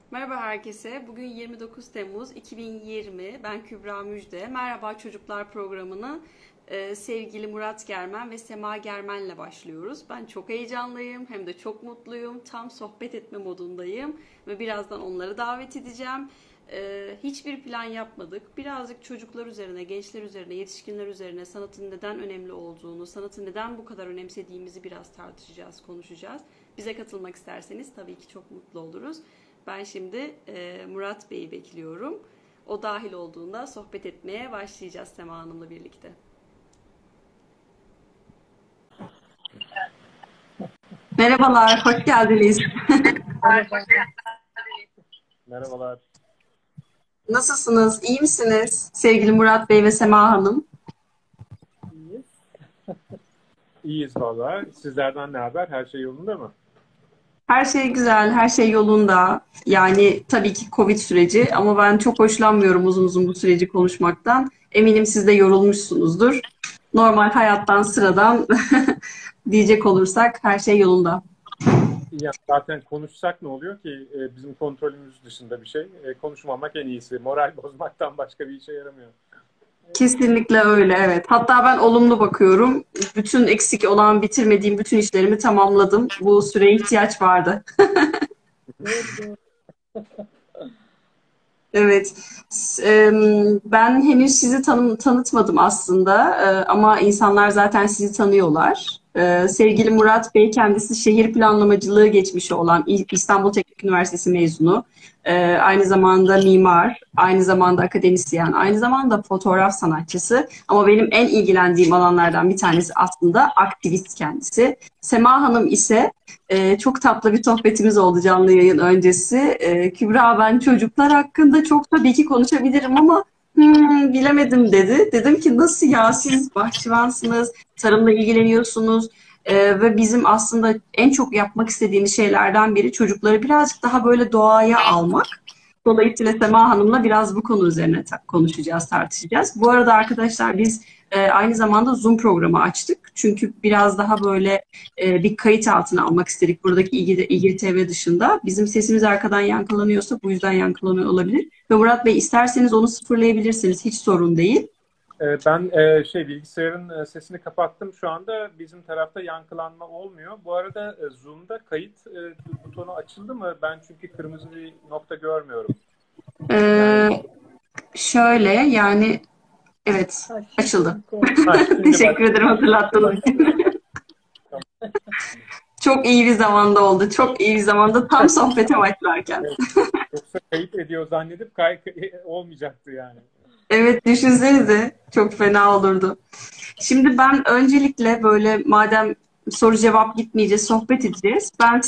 Merhaba herkese. Bugün 29 Temmuz 2020. Ben Kübra Müjde. Merhaba Çocuklar programını sevgili Murat Germen ve Sema Germen'le başlıyoruz. Ben çok heyecanlıyım, hem de çok mutluyum. Tam sohbet etme modundayım ve birazdan onları davet edeceğim. Hiçbir plan yapmadık. Birazcık çocuklar üzerine, gençler üzerine, yetişkinler üzerine sanatın neden önemli olduğunu, sanatı neden bu kadar önemsediğimizi biraz tartışacağız, konuşacağız. Bize katılmak isterseniz tabii ki çok mutlu oluruz. Ben şimdi Murat Bey'i bekliyorum. O dahil olduğunda sohbet etmeye başlayacağız Sema Hanım'la birlikte. Merhabalar, hoş geldiniz. Merhabalar. Nasılsınız, iyi misiniz sevgili Murat Bey ve Sema Hanım? İyiyiz. İyiyiz valla. Sizlerden ne haber? Her şey yolunda mı? Her şey güzel, her şey yolunda. Yani tabii ki Covid süreci ama ben çok hoşlanmıyorum uzun uzun bu süreci konuşmaktan. Eminim siz de yorulmuşsunuzdur. Normal hayattan, sıradan diyecek olursak her şey yolunda. Ya zaten konuşsak ne oluyor ki? Bizim kontrolümüz dışında bir şey. Konuşmamak en iyisi. Moral bozmaktan başka bir işe yaramıyor. Kesinlikle öyle, evet. Hatta ben olumlu bakıyorum. Bütün eksik olan, bitirmediğim bütün işlerimi tamamladım. Bu süreye ihtiyaç vardı. Doğru. Evet. Ben henüz sizi tanıtmadım aslında. Ama insanlar zaten sizi tanıyorlar. Sevgili Murat Bey kendisi şehir planlamacılığı geçmişi olan İstanbul Teknik Üniversitesi mezunu. Aynı zamanda mimar, aynı zamanda akademisyen, aynı zamanda fotoğraf sanatçısı. Ama benim en ilgilendiğim alanlardan bir tanesi aslında aktivist kendisi. Sema Hanım ise çok tatlı bir sohbetimiz oldu canlı yayın öncesi. Kübra, ben çocuklar hakkında çok tabii ki konuşabilirim ama bilemedim dedi. Dedim ki nasıl ya, siz bahçıvansınız, tarımla ilgileniyorsunuz ve bizim aslında en çok yapmak istediğimiz şeylerden biri çocukları birazcık daha böyle doğaya almak. Dolayısıyla Sema Hanım'la biraz bu konu üzerine konuşacağız, tartışacağız. Bu arada arkadaşlar biz aynı zamanda Zoom programı açtık. Çünkü biraz daha böyle bir kayıt altına almak istedik buradaki İGTV dışında. Bizim sesimiz arkadan yankılanıyorsa bu yüzden yankılanıyor olabilir. Ve Murat Bey, isterseniz onu sıfırlayabilirsiniz. Hiç sorun değil. Ben bilgisayarın sesini kapattım. Şu anda bizim tarafta yankılanma olmuyor. Bu arada Zoom'da kayıt butonu açıldı mı? Ben çünkü kırmızı bir nokta görmüyorum. Yani Ee, Şöyle yani, evet, açıldı. şimdi Teşekkür ederim başladı. hatırlattığınız için. Çok iyi bir zamanda oldu. Çok iyi bir zamanda, tam sohbete başlarken. Evet. Yoksa kayıt ediyor zannedip olmayacaktı yani. Evet, düşünsenize, çok fena olurdu. Şimdi ben öncelikle böyle, madem soru cevap gitmeyeceğiz, sohbet edeceğiz. Ben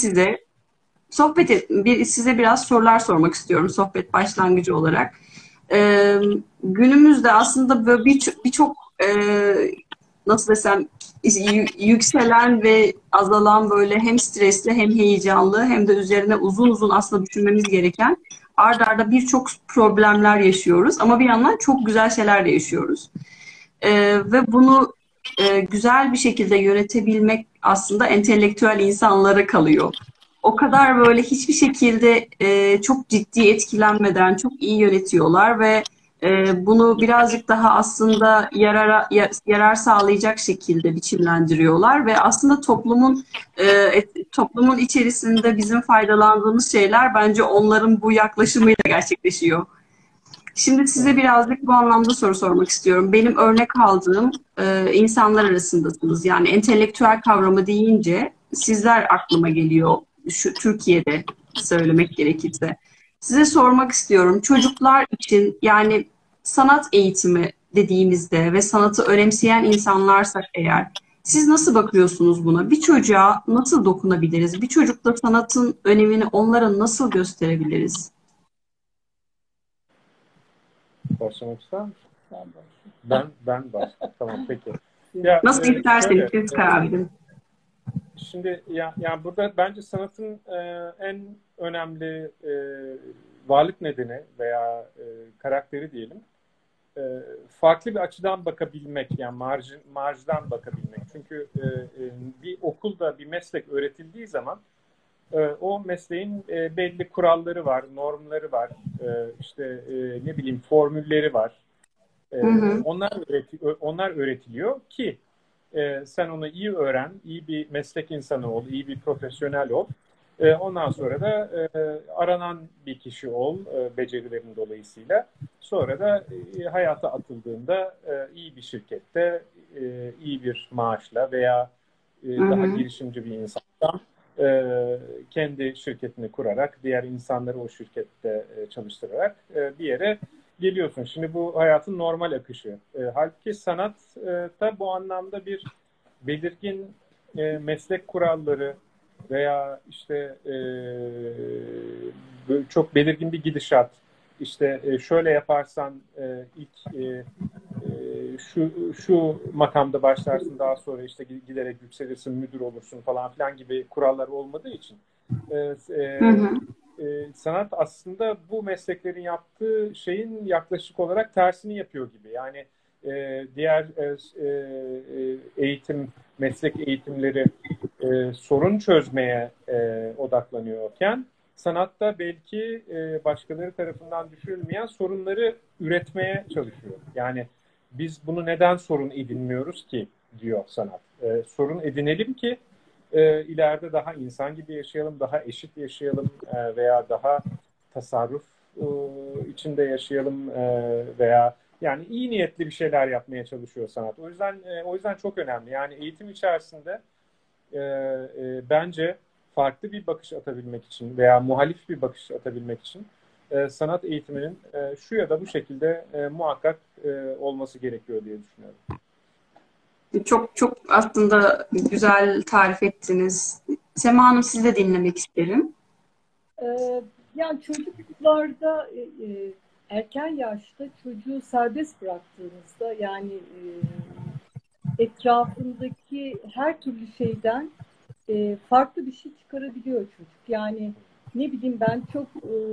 size biraz sorular sormak istiyorum sohbet başlangıcı olarak. Günümüzde aslında böyle birçok nasıl desem, yükselen ve azalan, böyle hem stresli hem heyecanlı hem de üzerine uzun uzun aslında düşünmemiz gereken ard arda birçok problemler yaşıyoruz. Ama bir yandan çok güzel şeyler de yaşıyoruz. Ve bunu güzel bir şekilde yönetebilmek aslında entelektüel insanlara kalıyor. O kadar böyle hiçbir şekilde çok ciddi etkilenmeden çok iyi yönetiyorlar ve bunu birazcık daha aslında yarar sağlayacak şekilde biçimlendiriyorlar ve aslında toplumun içerisinde bizim faydalandığımız şeyler bence onların bu yaklaşımıyla gerçekleşiyor. Şimdi size birazcık bu anlamda soru sormak istiyorum. Benim örnek aldığım insanlar arasındasınız. Yani entelektüel kavramı deyince sizler aklıma geliyor. Şu Türkiye'de söylemek gerekirse. Size sormak istiyorum. Çocuklar için, yani sanat eğitimi dediğimizde ve sanatı önemseyen insanlarsak eğer, siz nasıl bakıyorsunuz buna? Bir çocuğa nasıl dokunabiliriz? Bir çocukla sanatın önemini onlara nasıl gösterebiliriz? Başlamak ister misin? Ben başlayayım. Tamam peki. Ya Nasıl isterseniz şöyle siz karar verin. şimdi yani burada bence sanatın en önemli varlık nedeni veya karakteri diyelim farklı bir açıdan bakabilmek yani marjdan bakabilmek. Çünkü bir okulda bir meslek öğretildiği zaman O mesleğin belli kuralları var, normları var, işte ne bileyim formülleri var. Hı hı. Onlar öğretiliyor ki sen onu iyi öğren, iyi bir meslek insanı ol, iyi bir profesyonel ol. Ondan sonra da aranan bir kişi ol becerilerin dolayısıyla. Sonra da hayata atıldığında iyi bir şirkette, iyi bir maaşla veya Hı daha hı. girişimci bir insandan kendi şirketini kurarak, diğer insanları o şirkette çalıştırarak bir yere geliyorsun. Şimdi bu hayatın normal akışı. Halbuki sanat da bu anlamda bir belirgin meslek kuralları veya işte çok belirgin bir gidişat. İşte şöyle yaparsan ilk şu makamda başlarsın, daha sonra işte giderek yükselirsin, müdür olursun falan filan gibi kurallar olmadığı için e, Hı hı. sanat aslında bu mesleklerin yaptığı şeyin yaklaşık olarak tersini yapıyor gibi. Yani diğer meslek eğitimleri sorun çözmeye odaklanıyorken sanatta belki başkaları tarafından düşürülmeyen sorunları üretmeye çalışıyor. Yani biz bunu neden sorun edinmiyoruz ki diyor sanat. Sorun edinelim ki ileride daha insan gibi yaşayalım, daha eşit yaşayalım veya daha tasarruf e, içinde yaşayalım veya yani iyi niyetli bir şeyler yapmaya çalışıyor sanat. O yüzden çok önemli. Yani eğitim içerisinde bence farklı bir bakış atabilmek için veya muhalif bir bakış atabilmek için sanat eğitiminin şu ya da bu şekilde muhakkak olması gerekiyor diye düşünüyorum. Çok çok aslında güzel tarif ettiniz. Sema Hanım, sizi de dinlemek isterim. Ee, Yani çocuklarda erken yaşta çocuğu serbest bıraktığınızda yani etrafındaki her türlü şeyden farklı bir şey çıkarabiliyor çocuk. Yani ne bileyim ben çok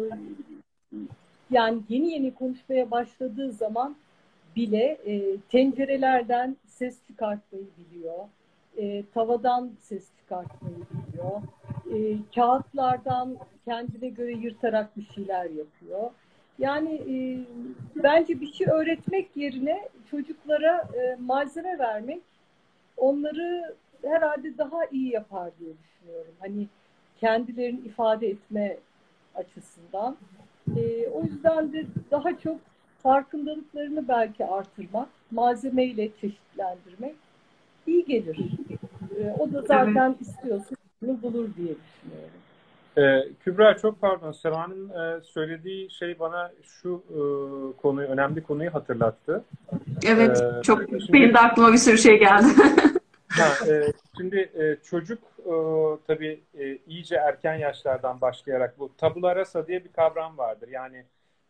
yani yeni yeni konuşmaya başladığı zaman bile tencerelerden ses çıkartmayı biliyor. Tavadan ses çıkartmayı biliyor. Kağıtlardan kendine göre yırtarak bir şeyler yapıyor. Yani bence bir şey öğretmek yerine çocuklara malzeme vermek onları herhalde daha iyi yapar diye düşünüyorum. Hani kendilerini ifade etme açısından. O yüzden de daha çok farkındalıklarını belki artırmak, malzemeyle çeşitlendirmek iyi gelir. O da Evet. zaten istiyorsa bunu bulur diye düşünüyorum. Kübra, çok pardon. Seva'nın söylediği şey bana şu önemli konuyu hatırlattı. E, Evet, çok benim şimdi de aklıma bir sürü şey geldi. Ha, şimdi çocuk tabii iyice erken yaşlardan başlayarak bu tabula rasa diye bir kavram vardır. Yani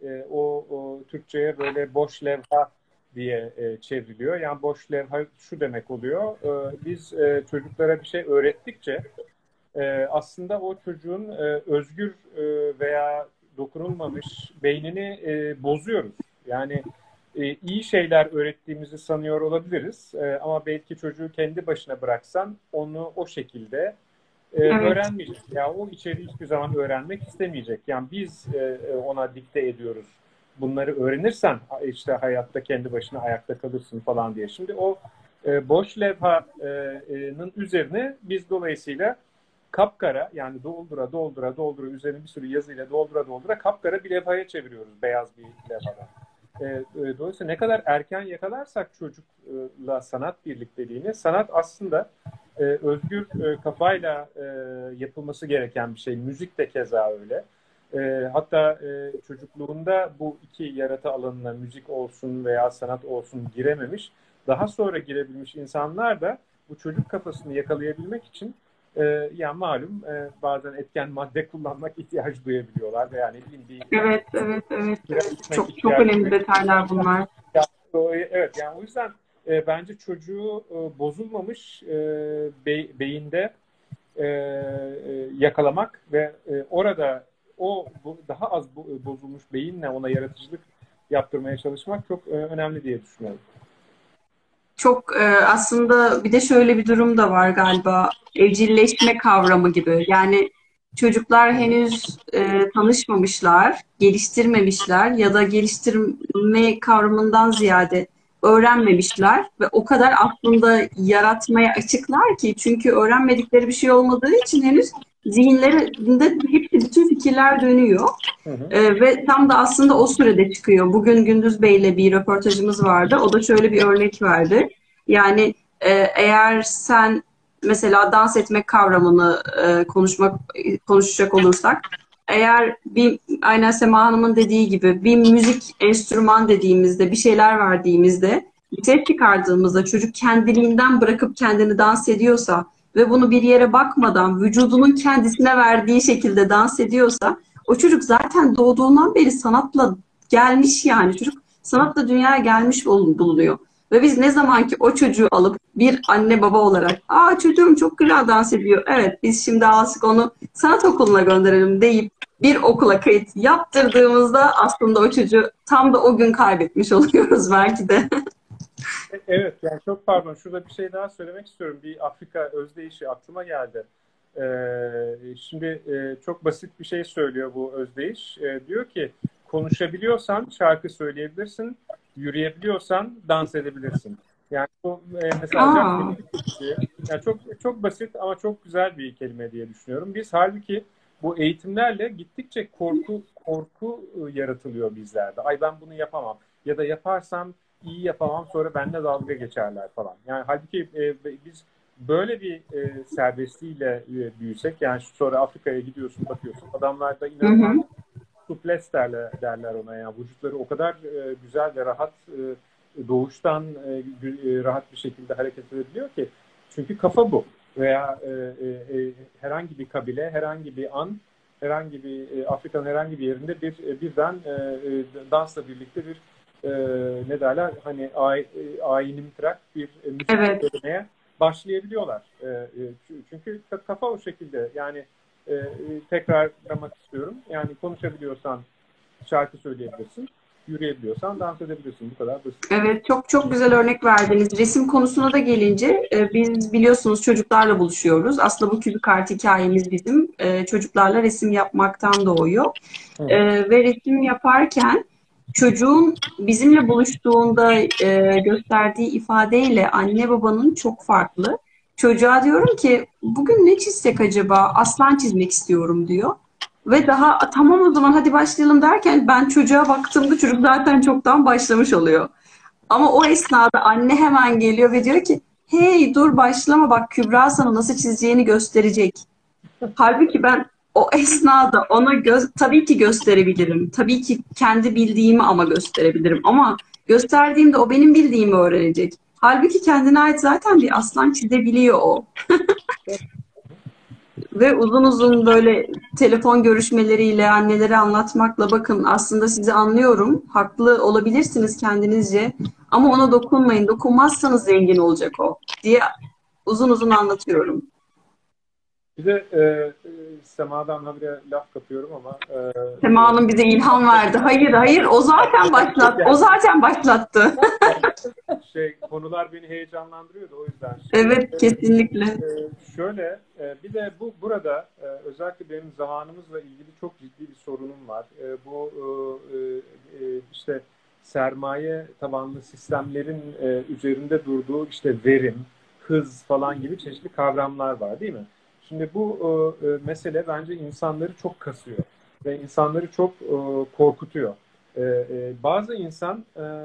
o Türkçe'ye böyle boş levha diye çevriliyor. Yani boş levha şu demek oluyor. Biz çocuklara bir şey öğrettikçe aslında o çocuğun özgür veya dokunulmamış beynini bozuyoruz. Yani iyi şeyler öğrettiğimizi sanıyor olabiliriz. Ama belki çocuğu kendi başına bıraksan onu o şekilde Evet, öğrenmeyecek. Ya o içeriği hiçbir zaman öğrenmek istemeyecek. Yani biz ona dikte ediyoruz. Bunları öğrenirsen işte hayatta kendi başına ayakta kalırsın falan diye. Şimdi o boş levhanın üzerine biz dolayısıyla kapkara, yani doldura doldura doldura üzerine bir sürü yazıyla doldura doldura kapkara bir levhaya çeviriyoruz, beyaz bir levhadan. Dolayısıyla ne kadar erken yakalarsak çocukla sanat birlikteliğini, sanat aslında özgür kafayla yapılması gereken bir şey. Müzik de keza öyle. Hatta çocukluğunda bu iki yaratı alanına, müzik olsun veya sanat olsun, girememiş, daha sonra girebilmiş insanlar da bu çocuk kafasını yakalayabilmek için yani malum bazen etken madde kullanmak ihtiyacı duyabiliyorlar veya ne bileyim evet, evet, evet, sigara evet. içmek Çok çok ihtiyacı önemli duyabiliyorlar. detaylar bunlar. Evet, yani o yüzden bence çocuğu bozulmamış beyinde yakalamak ve orada daha az bozulmuş beyinle ona yaratıcılık yaptırmaya çalışmak çok önemli diye düşünüyorum. Çok aslında bir de şöyle bir durum da var galiba. Evcilleşme kavramı gibi. Yani Çocuklar henüz tanışmamışlar, geliştirmemişler ya da geliştirme kavramından ziyade öğrenmemişler ve o kadar aslında yaratmaya açıklar ki çünkü öğrenmedikleri bir şey olmadığı için henüz zihinlerinde hepsi bütün fikirler dönüyor. Hı hı. Ve tam da aslında o sürede çıkıyor. Bugün Gündüz Bey'le bir röportajımız vardı. O da şöyle bir örnek verdi. Yani eğer sen mesela dans etmek kavramını konuşacak olursak, eğer aynen Sema Hanım'ın dediği gibi bir müzik enstrüman dediğimizde, bir şeyler verdiğimizde, bir ses çıkardığımızda çocuk kendiliğinden bırakıp kendini dans ediyorsa ve bunu bir yere bakmadan vücudunun kendisine verdiği şekilde dans ediyorsa o çocuk zaten doğduğundan beri sanatla gelmiş yani. Çocuk sanatla dünyaya gelmiş bulunuyor. Ve biz ne zaman ki o çocuğu alıp bir anne baba olarak çocuğum çok güzel dans ediyor. Evet biz şimdi artık onu sanat okuluna gönderelim deyip bir okula kayıt yaptırdığımızda aslında o çocuğu tam da o gün kaybetmiş oluyoruz belki de. Evet, yani çok pardon. Şurada bir şey daha söylemek istiyorum. Bir Afrika özdeyişi aklıma geldi. Şimdi çok basit bir şey söylüyor bu özdeyiş. Diyor ki konuşabiliyorsan şarkı söyleyebilirsin, yürüyebiliyorsan dans edebilirsin. Yani bu mesela Aa, yani çok çok basit ama çok güzel bir kelime diye düşünüyorum. Biz halbuki bu eğitimlerle gittikçe korku yaratılıyor bizlerde. Ay ben bunu yapamam ya da yaparsam iyi yapamam sonra benimle dalga geçerler falan. Yani halbuki biz böyle bir serbestliğiyle büyüsek yani sonra Afrika'ya gidiyorsun bakıyorsun adamlarda hı inanılmaz hı, suples derler ona yani vücutları o kadar güzel ve rahat doğuştan rahat bir şekilde hareket edebiliyor ki çünkü kafa bu veya herhangi bir kabile herhangi bir an herhangi bir Afrika'nın herhangi bir yerinde birden dansla birlikte bir ne derler hani ayinimtırak bir müzik evet. söylemeye başlayabiliyorlar. Çünkü kafa o şekilde yani tekrarlamak istiyorum. Yani konuşabiliyorsan şarkı söyleyebilirsin. Yürüyebiliyorsan dans edebilirsin. Bu kadar basit. Evet, çok çok güzel örnek verdiniz. Resim konusuna da gelince biz biliyorsunuz çocuklarla buluşuyoruz. Aslında bu kübik kart hikayemiz bizim çocuklarla resim yapmaktan doğuyor. Hı hı. Ve resim yaparken çocuğun bizimle buluştuğunda gösterdiği ifadeyle anne babanın çok farklı. Çocuğa diyorum ki bugün ne çizsek acaba? Aslan çizmek istiyorum diyor. Ve daha tamam o zaman hadi başlayalım derken ben çocuğa baktığımda çocuk zaten çoktan başlamış oluyor. Ama o esnada anne hemen geliyor ve diyor ki hey dur başlama bak Kübra sana nasıl çizeceğini gösterecek. Halbuki ben o esnada ona tabii ki gösterebilirim. Tabii ki kendi bildiğimi ama gösterebilirim. Ama gösterdiğimde o benim bildiğimi öğrenecek. Halbuki kendine ait zaten bir aslan çizebiliyor o. Ve uzun uzun böyle telefon görüşmeleriyle annelere anlatmakla bakın aslında sizi anlıyorum. Haklı olabilirsiniz kendinizce. Ama ona dokunmayın. Dokunmazsanız zengin olacak o diye uzun uzun anlatıyorum. Bir de Sema'dan habire laf kapıyorum ama Sema Hanım bize ilham verdi. Hayır, hayır, o zaten başlattı. O zaten başlattı. konular beni heyecanlandırıyordu o yüzden. Şimdi Evet, kesinlikle. şöyle bir de burada özellikle benim zamanımızla ilgili çok ciddi bir sorunum var. Bu işte sermaye tabanlı sistemlerin üzerinde durduğu işte verim, hız falan gibi çeşitli kavramlar var değil mi? Şimdi bu mesele bence insanları çok kasıyor ve insanları çok korkutuyor. Bazı insan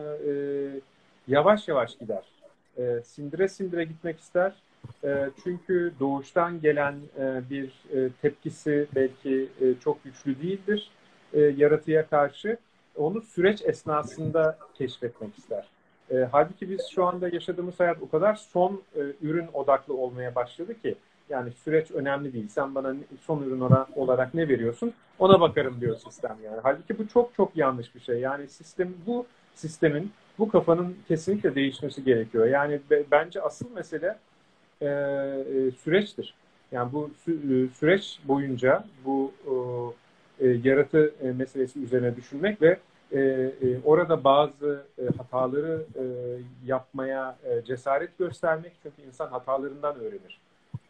yavaş yavaş gider. Sindire sindire gitmek ister. Çünkü doğuştan gelen bir tepkisi belki çok güçlü değildir yaratıya karşı. Onu süreç esnasında keşfetmek ister. Halbuki biz şu anda yaşadığımız hayat o kadar son ürün odaklı olmaya başladı ki yani süreç önemli değil. Sen bana son ürün olarak ne veriyorsun? Ona bakarım diyor sistem yani. Halbuki bu çok çok yanlış bir şey. Yani bu sistemin bu kafanın kesinlikle değişmesi gerekiyor. Yani bence asıl mesele süreçtir. Yani bu süreç boyunca bu yaratı meselesi üzerine düşünmek ve orada bazı hataları yapmaya cesaret göstermek çünkü insan hatalarından öğrenir.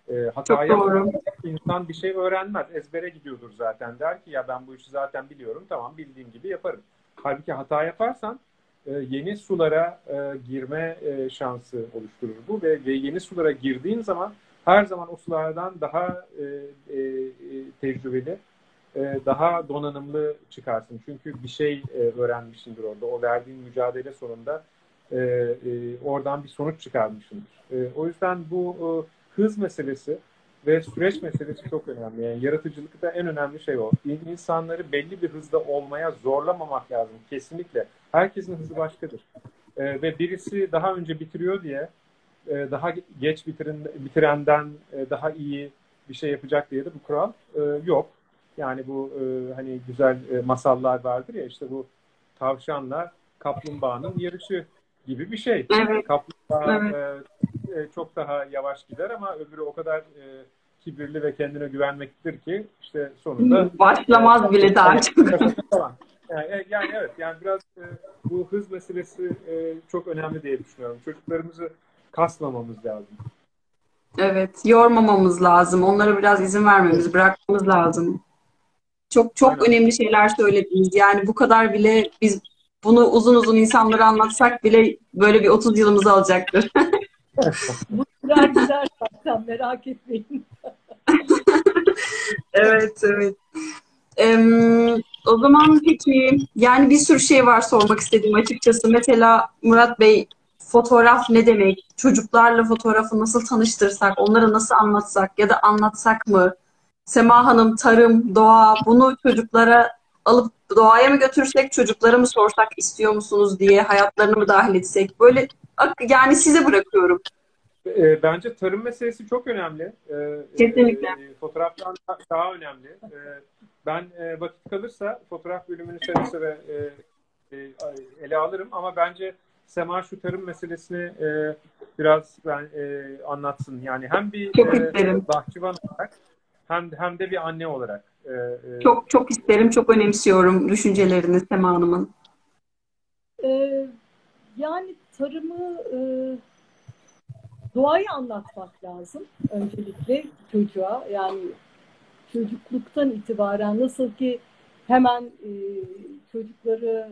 Çok Hata doğru. yapmadan insan bir şey öğrenmez. Ezbere gidiyordur zaten. Der ki ya ben bu işi zaten biliyorum. Tamam, bildiğim gibi yaparım. Halbuki hata yaparsan yeni sulara girme şansı oluşturur bu ve yeni sulara girdiğin zaman her zaman o sulardan daha tecrübeli, daha donanımlı çıkarsın. Çünkü bir şey öğrenmişsindir orada. O verdiğin mücadele sonunda oradan bir sonuç çıkarmışsındır. O yüzden bu hız meselesi ve süreç meselesi çok önemli. Yani yaratıcılıkta en önemli şey o. İnsanları belli bir hızda olmaya zorlamamak lazım. Kesinlikle. Herkesin hızı başkadır. Ve birisi daha önce bitiriyor diye daha geç bitirenden daha iyi bir şey yapacak diye de bu kural yok. Yani bu hani güzel masallar vardır ya, işte bu tavşanla kaplumbağanın yarışı gibi bir şey. Evet, Kaplumbağa evet. çok daha yavaş gider ama öbürü o kadar kibirli ve kendine güvenmektedir ki işte sonunda Başlamaz bile daha çok. falan. Yani evet, yani biraz bu hız meselesi çok önemli diye düşünüyorum. Çocuklarımızı kasmamamız lazım. Evet, yormamamız lazım. Onlara biraz izin Evet, vermemiz, bırakmamız lazım. Çok çok aynen. önemli şeyler söylediniz. Yani bu kadar bile biz bunu uzun uzun insanlara anlatsak bile böyle bir 30 yılımızı alacaktır. Bu sürer gider zaten, merak etmeyin. Evet, evet. O zaman peki yani bir sürü şey var sormak istediğim açıkçası. Mesela Murat Bey fotoğraf ne demek? Çocuklarla fotoğrafı nasıl tanıştırsak, onlara nasıl anlatsak ya da anlatsak mı? Sema Hanım tarım, doğa bunu çocuklara alıp doğaya mı götürsek, çocuklara mı sorsak istiyor musunuz diye hayatlarını mı dahil etsek? Böyle yani size bırakıyorum. Bence tarım meselesi çok önemli. Kesinlikle. Fotoğraftan daha önemli. Ben vakit kalırsa fotoğraf bölümünü seve seve ele alırım ama bence Sema şu tarım meselesini biraz anlatsın. Yani hem bir Çok isterim. bahçıvan olarak hem de bir anne olarak. Çok çok isterim. Çok önemsiyorum düşüncelerini Sema Hanım'ın. Ee, Yani tarımı, doğayı anlatmak lazım öncelikle çocuğa. Yani çocukluktan itibaren nasıl ki hemen çocukları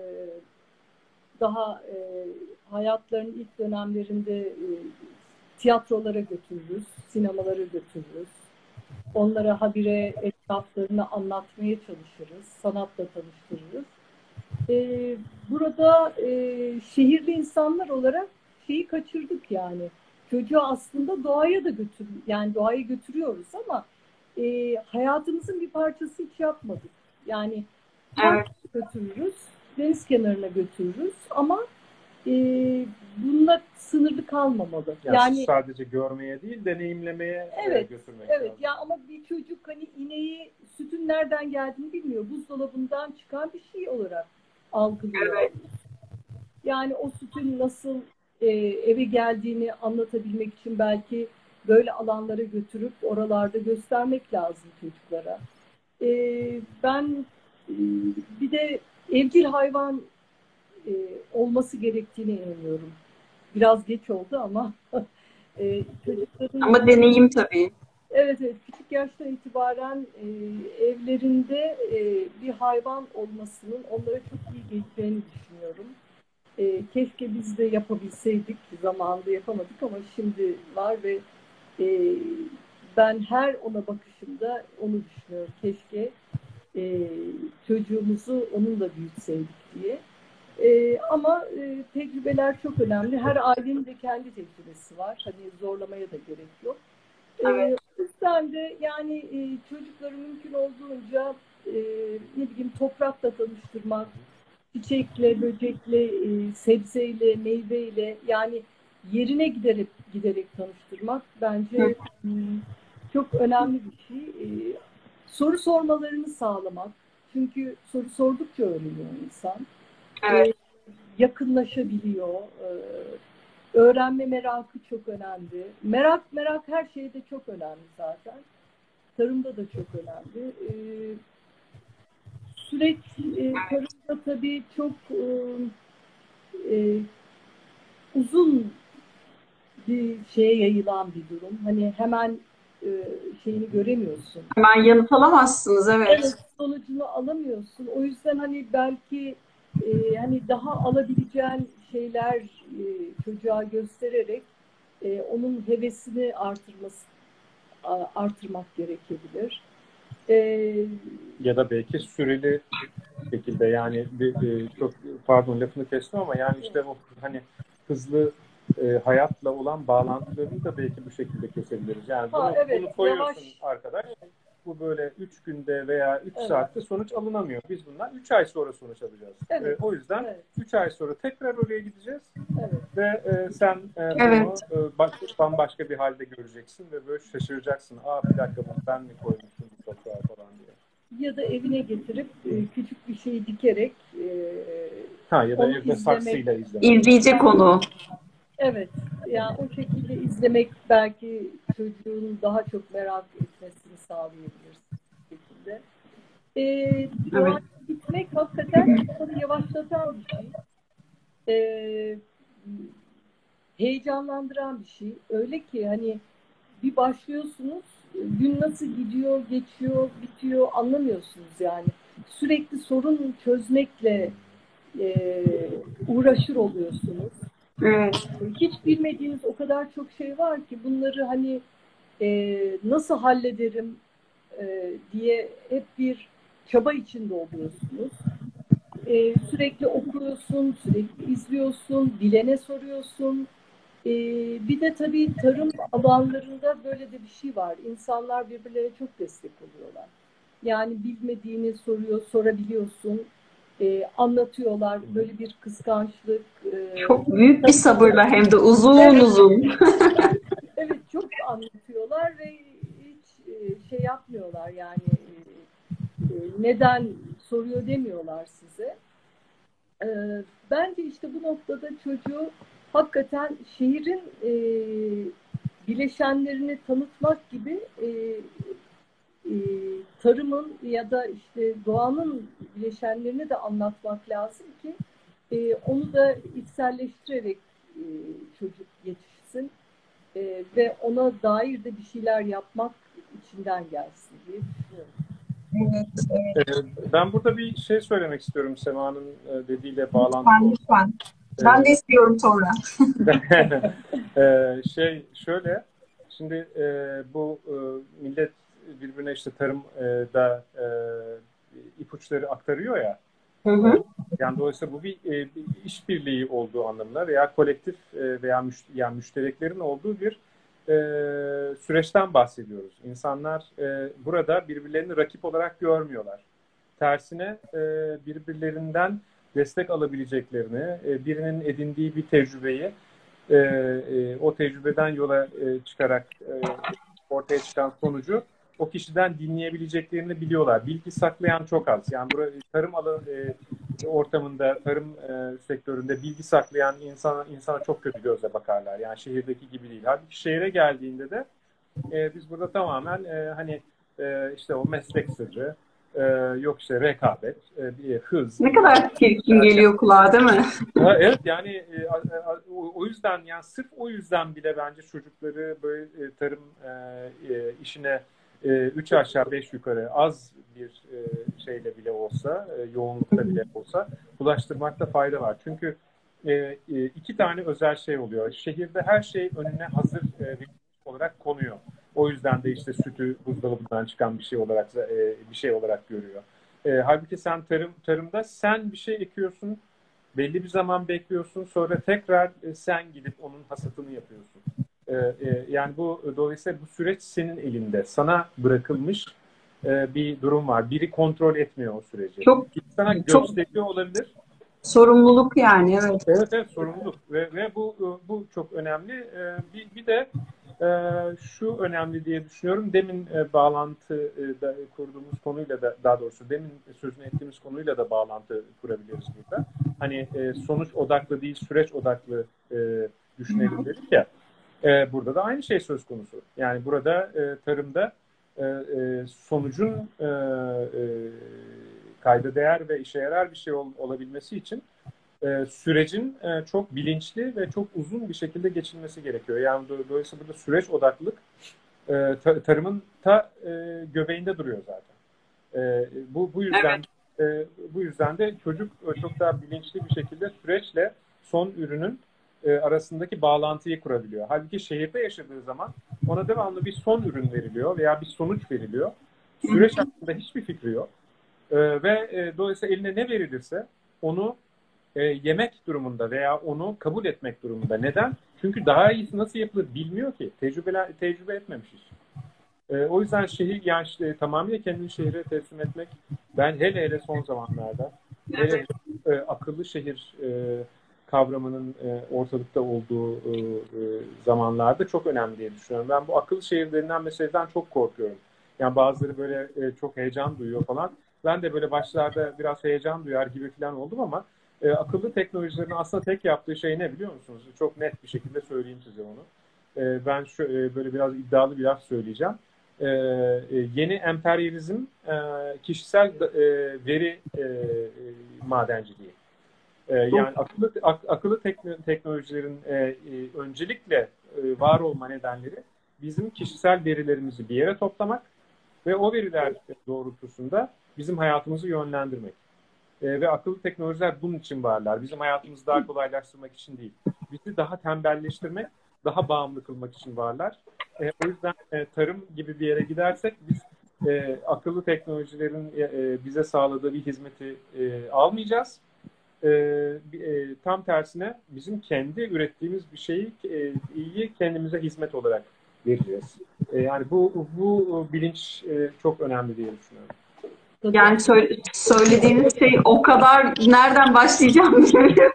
daha hayatlarının ilk dönemlerinde tiyatrolara götürürüz, sinemalara götürürüz. Onlara habire etraflarını anlatmaya çalışırız, sanatla tanıştırırız. E, Burada şehirli insanlar olarak şeyi kaçırdık yani. Çocuğu aslında doğaya da yani doğaya götürüyoruz ama hayatımızın bir parçası hiç yapmadık. Yani Evet. parka götürürüz, deniz kenarına götürürüz ama e, bununla sınırlı kalmamalı. Yani Yani sadece görmeye değil, deneyimlemeye evet, götürmek evet. lazım. Ya ama bir çocuk hani ineği sütün nereden geldiğini bilmiyor. Buzdolabından çıkan bir şey olarak algılıyor. Evet. Yani o sütün nasıl eve geldiğini anlatabilmek için belki böyle alanlara götürüp oralarda göstermek lazım çocuklara. Ben e, bir de evcil hayvan e, olması gerektiğine inanıyorum. Biraz geç oldu ama çocukların Ama deneyim tabii. evet, evet, küçük yaştan itibaren evlerinde bir hayvan olmasının onlara çok iyi geleceğini düşünüyorum. Keşke biz de yapabilseydik. Zamanında yapamadık ama şimdi var ve e, ben her ona bakışımda onu düşünüyorum. Keşke e, çocuğumuzu onunla büyütseydik diye. Ama tecrübeler çok önemli. Her ailenin de kendi tecrübesi var. Hani zorlamaya da gerek yok. Evet. O yüzden de yani çocukları mümkün olduğunca ne bileyim toprakla tanıştırmak, çiçekle, böcekle, sebzeyle, meyveyle yani yerine giderek tanıştırmak Hı. bence çok önemli bir şey. Soru sormalarını sağlamak. Çünkü soru sordukça öğreniyor insan. Evet. E, Yakınlaşabiliyor. Öğrenme merakı çok önemli. Merak her şeyde çok önemli zaten. Tarımda da çok önemli. Süreç tarımda tabii çok e, uzun bir şeye yayılan bir durum. Hani hemen şeyini göremiyorsun. Hemen yanıt alamazsınız, evet. Evet, sonucunu alamıyorsun. O yüzden hani belki hani daha alabileceğin şeyler çocuğa göstererek onun hevesini artırmak gerekebilir. E, Ya da belki süreli şekilde, yani çok pardon lafını kestim ama yani işte o hani hızlı hayatla olan bağlantılarını da belki bu şekilde kesebiliriz. Yani evet, bunu koyuyorsun yavaş. arkadaş. Bu böyle 3 günde veya 3 Evet, saatte sonuç alınamıyor. Biz bundan 3 ay sonra sonuç alacağız. evet, O yüzden evet, 3 ay sonra tekrar oraya gideceğiz evet. ve sen bunu Evet. bambaşka bir halde göreceksin ve böyle şaşıracaksın. Bir dakika, bunu ben mi koymuştum bu toprağa falan diye. Ya da evine getirip küçük bir şey dikerek Ya da onu evde izlemek. saksıyla izlemek. İzleyecek onu. Evet, yani o şekilde izlemek belki çocuğun daha çok merak etmesini sağlayabilir bu şekilde. Doğaya Evet. gitmek hakikaten insanı yavaşlatan bir şey. E, Heyecanlandıran bir şey. Öyle ki hani bir başlıyorsunuz, gün nasıl gidiyor, geçiyor, bitiyor anlamıyorsunuz yani. Sürekli sorun çözmekle uğraşır oluyorsunuz. Evet. Hiç bilmediğiniz o kadar çok şey var ki bunları hani nasıl hallederim diye hep bir çaba içinde oluyorsunuz. Sürekli okuyorsun, sürekli izliyorsun, bilene soruyorsun. E, Bir de tabii tarım alanlarında böyle de bir şey var. İnsanlar birbirlerine çok destek oluyorlar. Yani bilmediğini sorabiliyorsun. Anlatıyorlar. Böyle bir kıskançlık. Çok büyük bir Tabii, sabırla, hem de uzun evet, uzun. evet çok anlatıyorlar ve hiç şey yapmıyorlar yani neden soruyor demiyorlar size. E, Bence işte bu noktada çocuğu hakikaten şehrin bileşenlerini tanıtmak gibi e, tarımın ya da işte doğanın bileşenlerini de anlatmak lazım ki onu da içselleştirerek e, çocuk yetişsin ve ona dair de bir şeyler yapmak içinden gelsin diye düşünüyorum. Ee, Ben burada bir şey söylemek istiyorum Sema'nın dediğiyle bağlantılı Lütfen, olarak. lütfen. Ben de istiyorum sonra. Şöyle, şimdi bu millet birbirine işte tarımda ipuçları aktarıyor ya. Hı E, hı. Yani dolayısıyla bu bir işbirliği olduğu anlamına veya kolektif veya yani müştereklerin olduğu bir süreçten bahsediyoruz. İnsanlar burada birbirlerini rakip olarak görmüyorlar. Tersine birbirlerinden destek alabileceklerini, birinin edindiği bir tecrübeyi o tecrübeden yola çıkarak ortaya çıkan sonucu o kişiden dinleyebileceklerini biliyorlar. Bilgi saklayan çok az. Yani burada tarım ortamında, tarım sektöründe bilgi saklayan insana çok kötü gözle bakarlar. Yani şehirdeki gibi değil. Halbuki şehre geldiğinde de biz burada tamamen hani işte o meslek sırrı, e, yok işte rekabet, bir hız, Ne kadar çirkin derken, geliyor kulağa, değil mi? evet yani o yüzden, yani sırf o yüzden bile bence çocukları böyle tarım işine 3 aşağı 5 yukarı az bir şeyle bile olsa, yoğunlukta bile olsa bulaştırmakta fayda var. Çünkü iki tane özel şey oluyor. Şehirde her şey önüne hazır olarak konuyor. O yüzden de işte sütü buzdolabından çıkan bir şey olarak görüyor. Halbuki sen tarımda sen bir şey ekiyorsun, belli bir zaman bekliyorsun, sonra tekrar sen gidip onun hasatını yapıyorsun. Yani dolayısıyla bu süreç senin elinde, sana bırakılmış bir durum var. Biri kontrol etmiyor o süreci. Çok Biri sana çok gösteriyor olabilir. sorumluluk yani, evet. Evet, evet, sorumluluk ve bu çok önemli. Bir de şu önemli diye düşünüyorum. Demin bağlantıda kurduğumuz konuyla da, daha doğrusu demin sözünü ettiğimiz konuyla da bağlantı kurabiliriz burada. Hani sonuç odaklı değil, süreç odaklı düşünelim dedik ya. Burada da aynı şey söz konusu. Yani burada tarımda sonucun kayda değer ve işe yarar bir şey olabilmesi için sürecin çok bilinçli ve çok uzun bir şekilde geçilmesi gerekiyor. Yani dolayısıyla burada süreç odaklılık Tarımın ta göbeğinde duruyor zaten. Bu yüzden bu yüzden de çocuk çok daha bilinçli bir şekilde süreçle son ürünün arasındaki bağlantıyı kurabiliyor. Halbuki şehirde yaşadığı zaman ona devamlı bir son ürün veriliyor veya bir sonuç veriliyor. Süreç hakkında hiçbir fikri yok. Ve dolayısıyla eline ne verilirse onu yemek durumunda veya onu kabul etmek durumunda. Neden? Çünkü daha iyisi nasıl yapılır bilmiyor ki. Tecrübe etmemiş hiç. O yüzden şehir, yani işte, tamamıyla kendini şehre teslim etmek, ben hele son zamanlarda hele akıllı şehir kavramının ortalıkta olduğu zamanlarda çok önemli diye düşünüyorum. Ben bu akıllı şehir denilen meseleden çok korkuyorum. Yani bazıları böyle çok heyecan duyuyor falan. Ben de böyle başlarda biraz heyecan duyar gibi falan oldum ama akıllı teknolojilerin aslında tek yaptığı şey ne biliyor musunuz? Çok net bir şekilde söyleyeyim size onu. Ben böyle biraz iddialı bir laf söyleyeceğim. Yeni emperyalizm kişisel veri madenciliği. Yani akıllı teknolojilerin öncelikle var olma nedenleri bizim kişisel verilerimizi bir yere toplamak ve o veriler doğrultusunda bizim hayatımızı yönlendirmek. Ve akıllı teknolojiler bunun için varlar. Bizim hayatımızı daha kolaylaştırmak için değil. Bizi daha tembelleştirmek, daha bağımlı kılmak için varlar. O yüzden tarım gibi bir yere gidersek biz akıllı teknolojilerin bize sağladığı bir hizmeti almayacağız. Tam tersine bizim kendi ürettiğimiz bir şeyi iyi kendimize hizmet olarak vereceğiz. Yani bu bilinç çok önemli diye düşünüyorum. Yani söylediğiniz şey o kadar nereden başlayacağım bilmiyorum.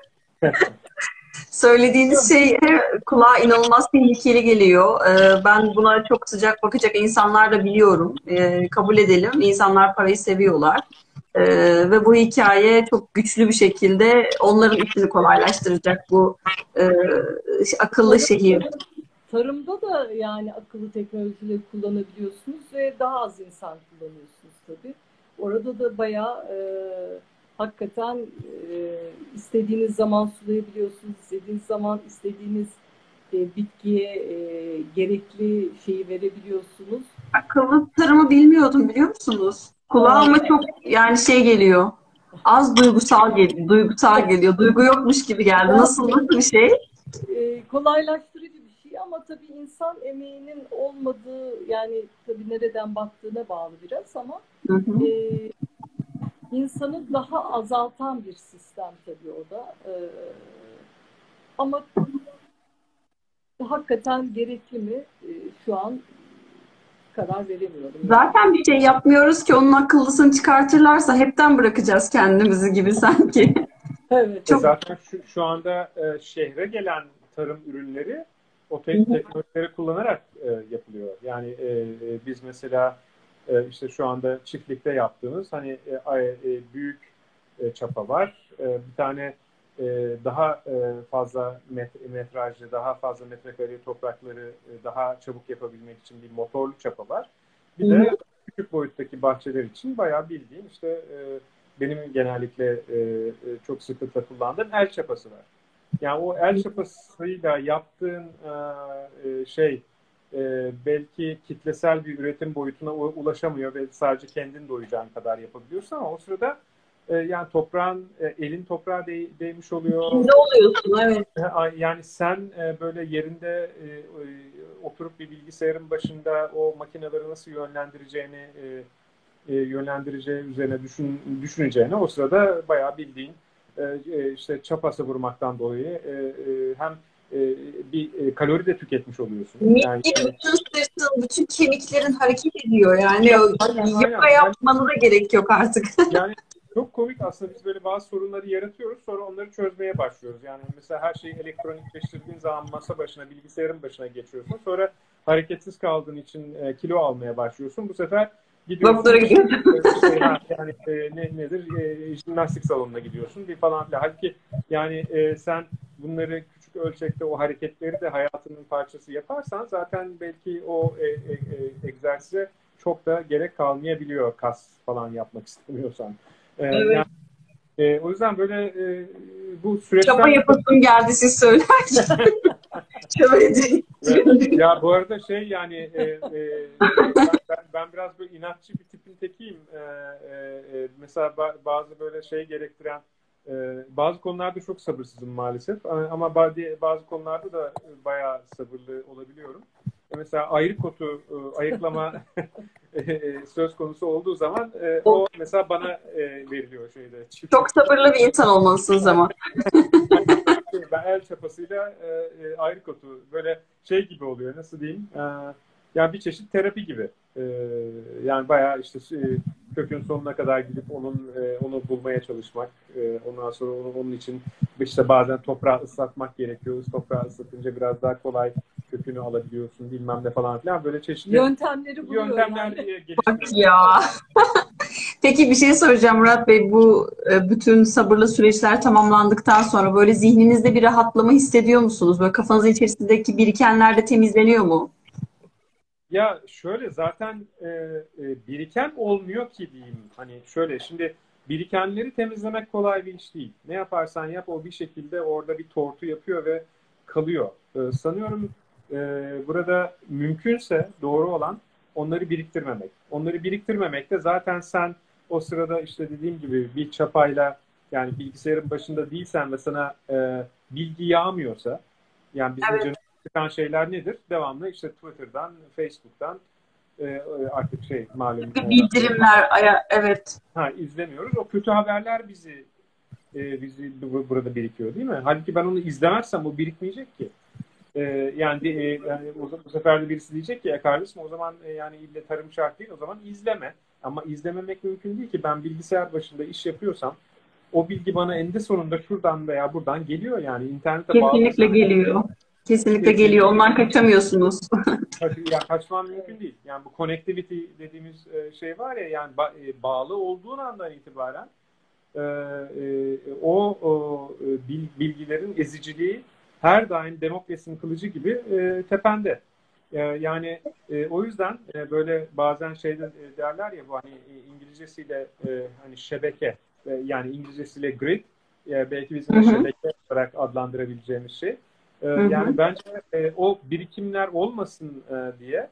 Söylediğiniz şey kulağa inanılmaz tehlikeli geliyor. Ben buna çok sıcak bakacak insanlar da biliyorum. Kabul edelim. İnsanlar parayı seviyorlar. Ve bu hikaye çok güçlü bir şekilde onların işini kolaylaştıracak bu akıllı şehir. Tarımda da yani akıllı teknolojileri kullanabiliyorsunuz ve daha az insan kullanıyorsunuz tabii. Orada da bayağı hakikaten istediğiniz zaman sulayabiliyorsunuz, istediğiniz zaman istediğiniz bitkiye gerekli şeyi verebiliyorsunuz. Akıllı tarımı bilmiyordum biliyor musunuz? Kulağıma çok yani şey geliyor. Az duygusal geliyor. Duygu yokmuş gibi geldi. Nasıl bir şey? Kolaylaştırıcı bir şey ama tabii insan emeğinin olmadığı, yani tabii nereden baktığına bağlı biraz ama insanı daha azaltan bir sistem tabii o da. Ama hakikaten gerekli mi? Şu an karar veremiyorum. Zaten bir şey yapmıyoruz ki onun akıllısını çıkartırlarsa hepten bırakacağız kendimizi gibi sanki. Evet. Zaten şu anda şehre gelen tarım ürünleri o teknolojileri kullanarak yapılıyor. Yani biz mesela işte şu anda çiftlikte yaptığımız hani büyük çapa var. Bir tane daha fazla metrajlı, daha fazla metrekare toprakları daha çabuk yapabilmek için bir motorlu çapa var. Bir de küçük boyuttaki bahçeler için bayağı bildiğim işte benim genellikle çok sıklıkla kullandığım el çapası var. Yani o el çapasıyla yaptığın şey belki kitlesel bir üretim boyutuna ulaşamıyor ve sadece kendin doyacağın kadar yapabiliyorsun ama o sırada yani toprağın, elin toprağa değmiş oluyor. Ne oluyorsun, evet. Yani sen böyle yerinde oturup bir bilgisayarın başında o makineleri nasıl yönlendireceği üzerine düşüneceğine o sırada bayağı bildiğin işte çapası vurmaktan dolayı hem bir kalori de tüketmiş oluyorsun. Yani, bütün sırtın, bütün kemiklerin hareket ediyor yani. Yoga yapmanı da gerek yok artık. Yani çok komik aslında, biz böyle bazı sorunları yaratıyoruz, sonra onları çözmeye başlıyoruz. Yani mesela her şeyi elektronikleştirdiğin zaman masa başına, bilgisayarın başına geçiyorsun. Sonra hareketsiz kaldığın için kilo almaya başlıyorsun. Bu sefer gidiyorsun. Doktora gidiyorsun. Yani nedir? Jimnastik salonuna gidiyorsun bir falan filan. Halbuki yani sen bunları küçük ölçekte o hareketleri de hayatının parçası yaparsan zaten belki o egzersize çok da gerek kalmayabiliyor, kas falan yapmak istemiyorsan. Evet. Yani, o yüzden böyle bu süreçten... Çapa yapasım geldi siz söylerken. Ya bu arada şey yani ben biraz böyle inatçı bir tipin tekiyim. Mesela bazı böyle şey gerektiren bazı konularda çok sabırsızım maalesef. Ama bazı konularda da bayağı sabırlı olabiliyorum. Mesela ayrık otu ayıklama söz konusu olduğu zaman o mesela bana veriliyor şeyde. Çok sabırlı bir insan olmalısınız ama. Ben el çapasıyla ayrık otu böyle şey gibi oluyor, nasıl diyeyim, yani bir çeşit terapi gibi. Yani bayağı işte kökün sonuna kadar gidip onu bulmaya çalışmak, ondan sonra onun için işte bazen toprağı ıslatmak gerekiyor. Toprağı ıslatınca biraz daha kolay kökünü alabiliyorsun, bilmem ne falan filan, böyle çeşitli Yöntemleri buluyor yöntemler yani. Bak geliştiriyor. ya. Peki bir şey soracağım Murat Bey. Bu bütün sabırlı süreçler tamamlandıktan sonra böyle zihninizde bir rahatlama hissediyor musunuz? Böyle kafanızın içerisindeki birikenler de temizleniyor mu? Ya şöyle zaten biriken olmuyor ki diyeyim. Hani şöyle şimdi birikenleri temizlemek kolay bir iş değil. Ne yaparsan yap o bir şekilde orada bir tortu yapıyor ve kalıyor. Sanıyorum burada mümkünse doğru olan onları biriktirmemek. Onları biriktirmemek de zaten sen o sırada işte dediğim gibi bir çapayla, yani bilgisayarın başında değilsen ve sana bilgi yağmıyorsa, yani bizim Evet. canımız çıkan şeyler nedir? Devamlı işte Twitter'dan, Facebook'tan artık şey malum Bildirimler, evet. izlemiyoruz. O kötü haberler bizi burada birikiyor değil mi? Halbuki ben onu izlemezsem o birikmeyecek ki. Yani bu sefer de birisi diyecek ki kardeşim o zaman yani ille tarım şart değil, o zaman izleme. Ama izlememek mümkün değil ki. Ben bilgisayar başında iş yapıyorsam o bilgi bana eninde sonunda şuradan veya buradan geliyor, yani internete Kesinlikle bağlısam geliyor. Kesinlikle geliyor. geliyor. Ondan kaçamıyorsunuz. Ya kaçman mümkün değil. Yani bu connectivity dediğimiz şey var ya, yani bağlı olduğun andan itibaren bilgilerin eziciliği her daim Demokles'in kılıcı gibi tepende. Yani o yüzden böyle bazen şeyde derler ya, bu hani İngilizcesiyle hani şebeke, yani İngilizcesiyle grid, belki bizim Hı de hı, şebeke olarak adlandırabileceğimiz şey. hı Yani hı. bence o birikimler olmasın diye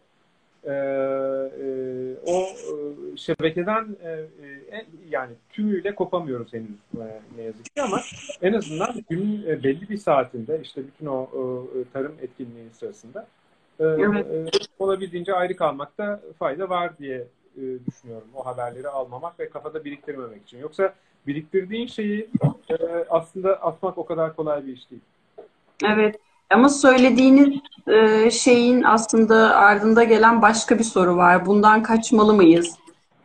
o şebekeden yani tümüyle kopamıyoruz henüz ne yazık ki, ama en azından günün belli bir saatinde işte bütün o tarım etkinliği sırasında Evet. olabildiğince ayrı kalmakta fayda var diye düşünüyorum. O haberleri almamak ve kafada biriktirmemek için. Yoksa biriktirdiğin şeyi aslında atmak o kadar kolay bir iş değil. Evet. Ama söylediğiniz şeyin aslında ardında gelen başka bir soru var. Bundan kaçmalı mıyız?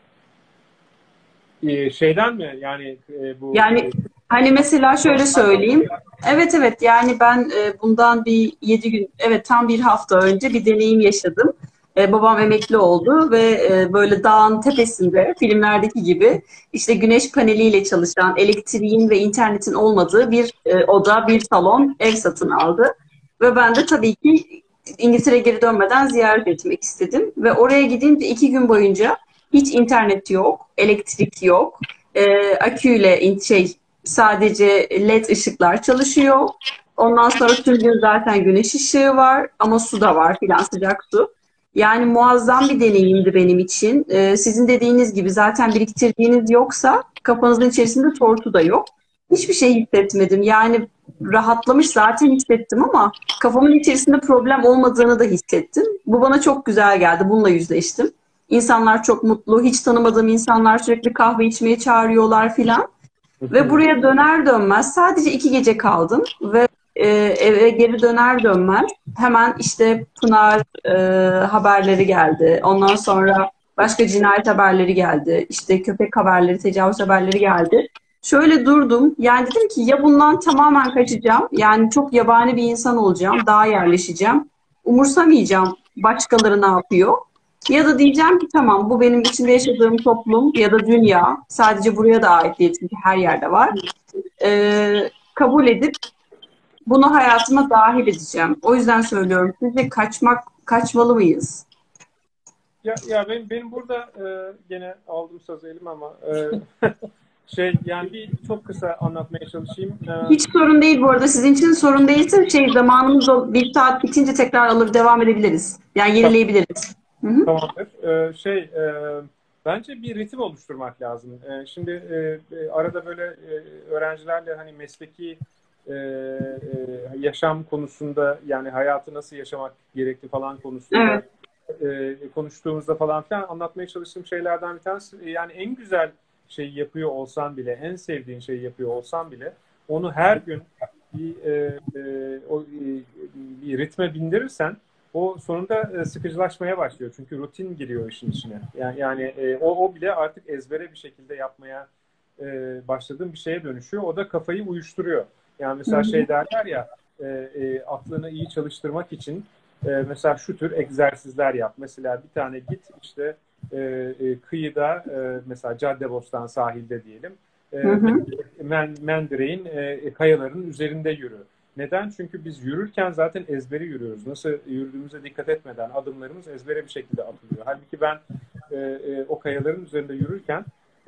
Şeyden mi yani bu Yani hani mesela şöyle söyleyeyim. Evet, evet, yani ben bundan bir 7 gün, evet, tam bir hafta önce bir deneyim yaşadım. Babam emekli oldu ve böyle dağın tepesinde filmlerdeki gibi işte güneş paneliyle çalışan, elektriğin ve internetin olmadığı bir oda, bir salon, ev satın aldı. Ve ben de tabii ki İngiltere'ye geri dönmeden ziyaret etmek istedim. Ve oraya gidince 2 gün boyunca hiç internet yok, elektrik yok, aküyle sadece led ışıklar çalışıyor. Ondan sonra tüm gün zaten güneş ışığı var ama su da var filan, sıcak su. Yani muazzam bir deneyimdi benim için. Sizin dediğiniz gibi zaten biriktirdiğiniz yoksa kafanızın içerisinde tortu da yok. Hiçbir şey hissetmedim. Yani rahatlamış zaten hissettim ama kafamın içerisinde problem olmadığını da hissettim. Bu bana çok güzel geldi. Bununla yüzleştim. İnsanlar çok mutlu. Hiç tanımadığım insanlar sürekli kahve içmeye çağırıyorlar filan. Ve buraya döner dönmez sadece 2 gece kaldım ve eve geri döner dönmez hemen işte Pınar haberleri geldi. Ondan sonra başka cinayet haberleri geldi. İşte köpek haberleri, tecavüz haberleri geldi. Şöyle durdum. Yani dedim ki ya bundan tamamen kaçacağım. Yani çok yabani bir insan olacağım. Dağa yerleşeceğim. Umursamayacağım başkaları ne yapıyor. Ya da diyeceğim ki tamam, bu benim içinde yaşadığım toplum ya da dünya. Sadece buraya da ait değil çünkü her yerde var. Kabul edip bunu hayatıma dahil edeceğim. O yüzden söylüyorum. Sizce kaçmalı mıyız? Ya benim burada gene aldım söz elim ama Yani bir çok kısa anlatmaya çalışayım. Hiç sorun değil bu arada. Sizin için sorun değilse zamanımız bir saat bitince tekrar alıp devam edebiliriz. Yani yenileyebiliriz. Hı hı. Tamamdır. Bence bir ritim oluşturmak lazım. Şimdi arada böyle öğrencilerle hani mesleki yaşam konusunda, yani hayatı nasıl yaşamak gerekli falan konusunda Evet. konuştuğumuzda falan filan anlatmaya çalıştığım şeylerden bir tanesi, yani en güzel şeyi yapıyor olsan bile, en sevdiğin şeyi yapıyor olsan bile onu her gün bir, bir ritme bindirirsen o sonunda sıkıcılaşmaya başlıyor. Çünkü rutin giriyor işin içine. Yani, o bile artık ezbere bir şekilde yapmaya başladığın bir şeye dönüşüyor. O da kafayı uyuşturuyor. Yani Hı mesela hı. şey derler ya, aklını iyi çalıştırmak için mesela şu tür egzersizler yap. Mesela bir tane git işte kıyıda, mesela Caddebostan sahilde diyelim, Hı hı. Mendireğin kayaların üzerinde yürü. Neden? Çünkü biz yürürken zaten ezberi yürüyoruz. Nasıl yürüdüğümüze dikkat etmeden adımlarımız ezbere bir şekilde atılıyor. Halbuki ben o kayaların üzerinde yürürken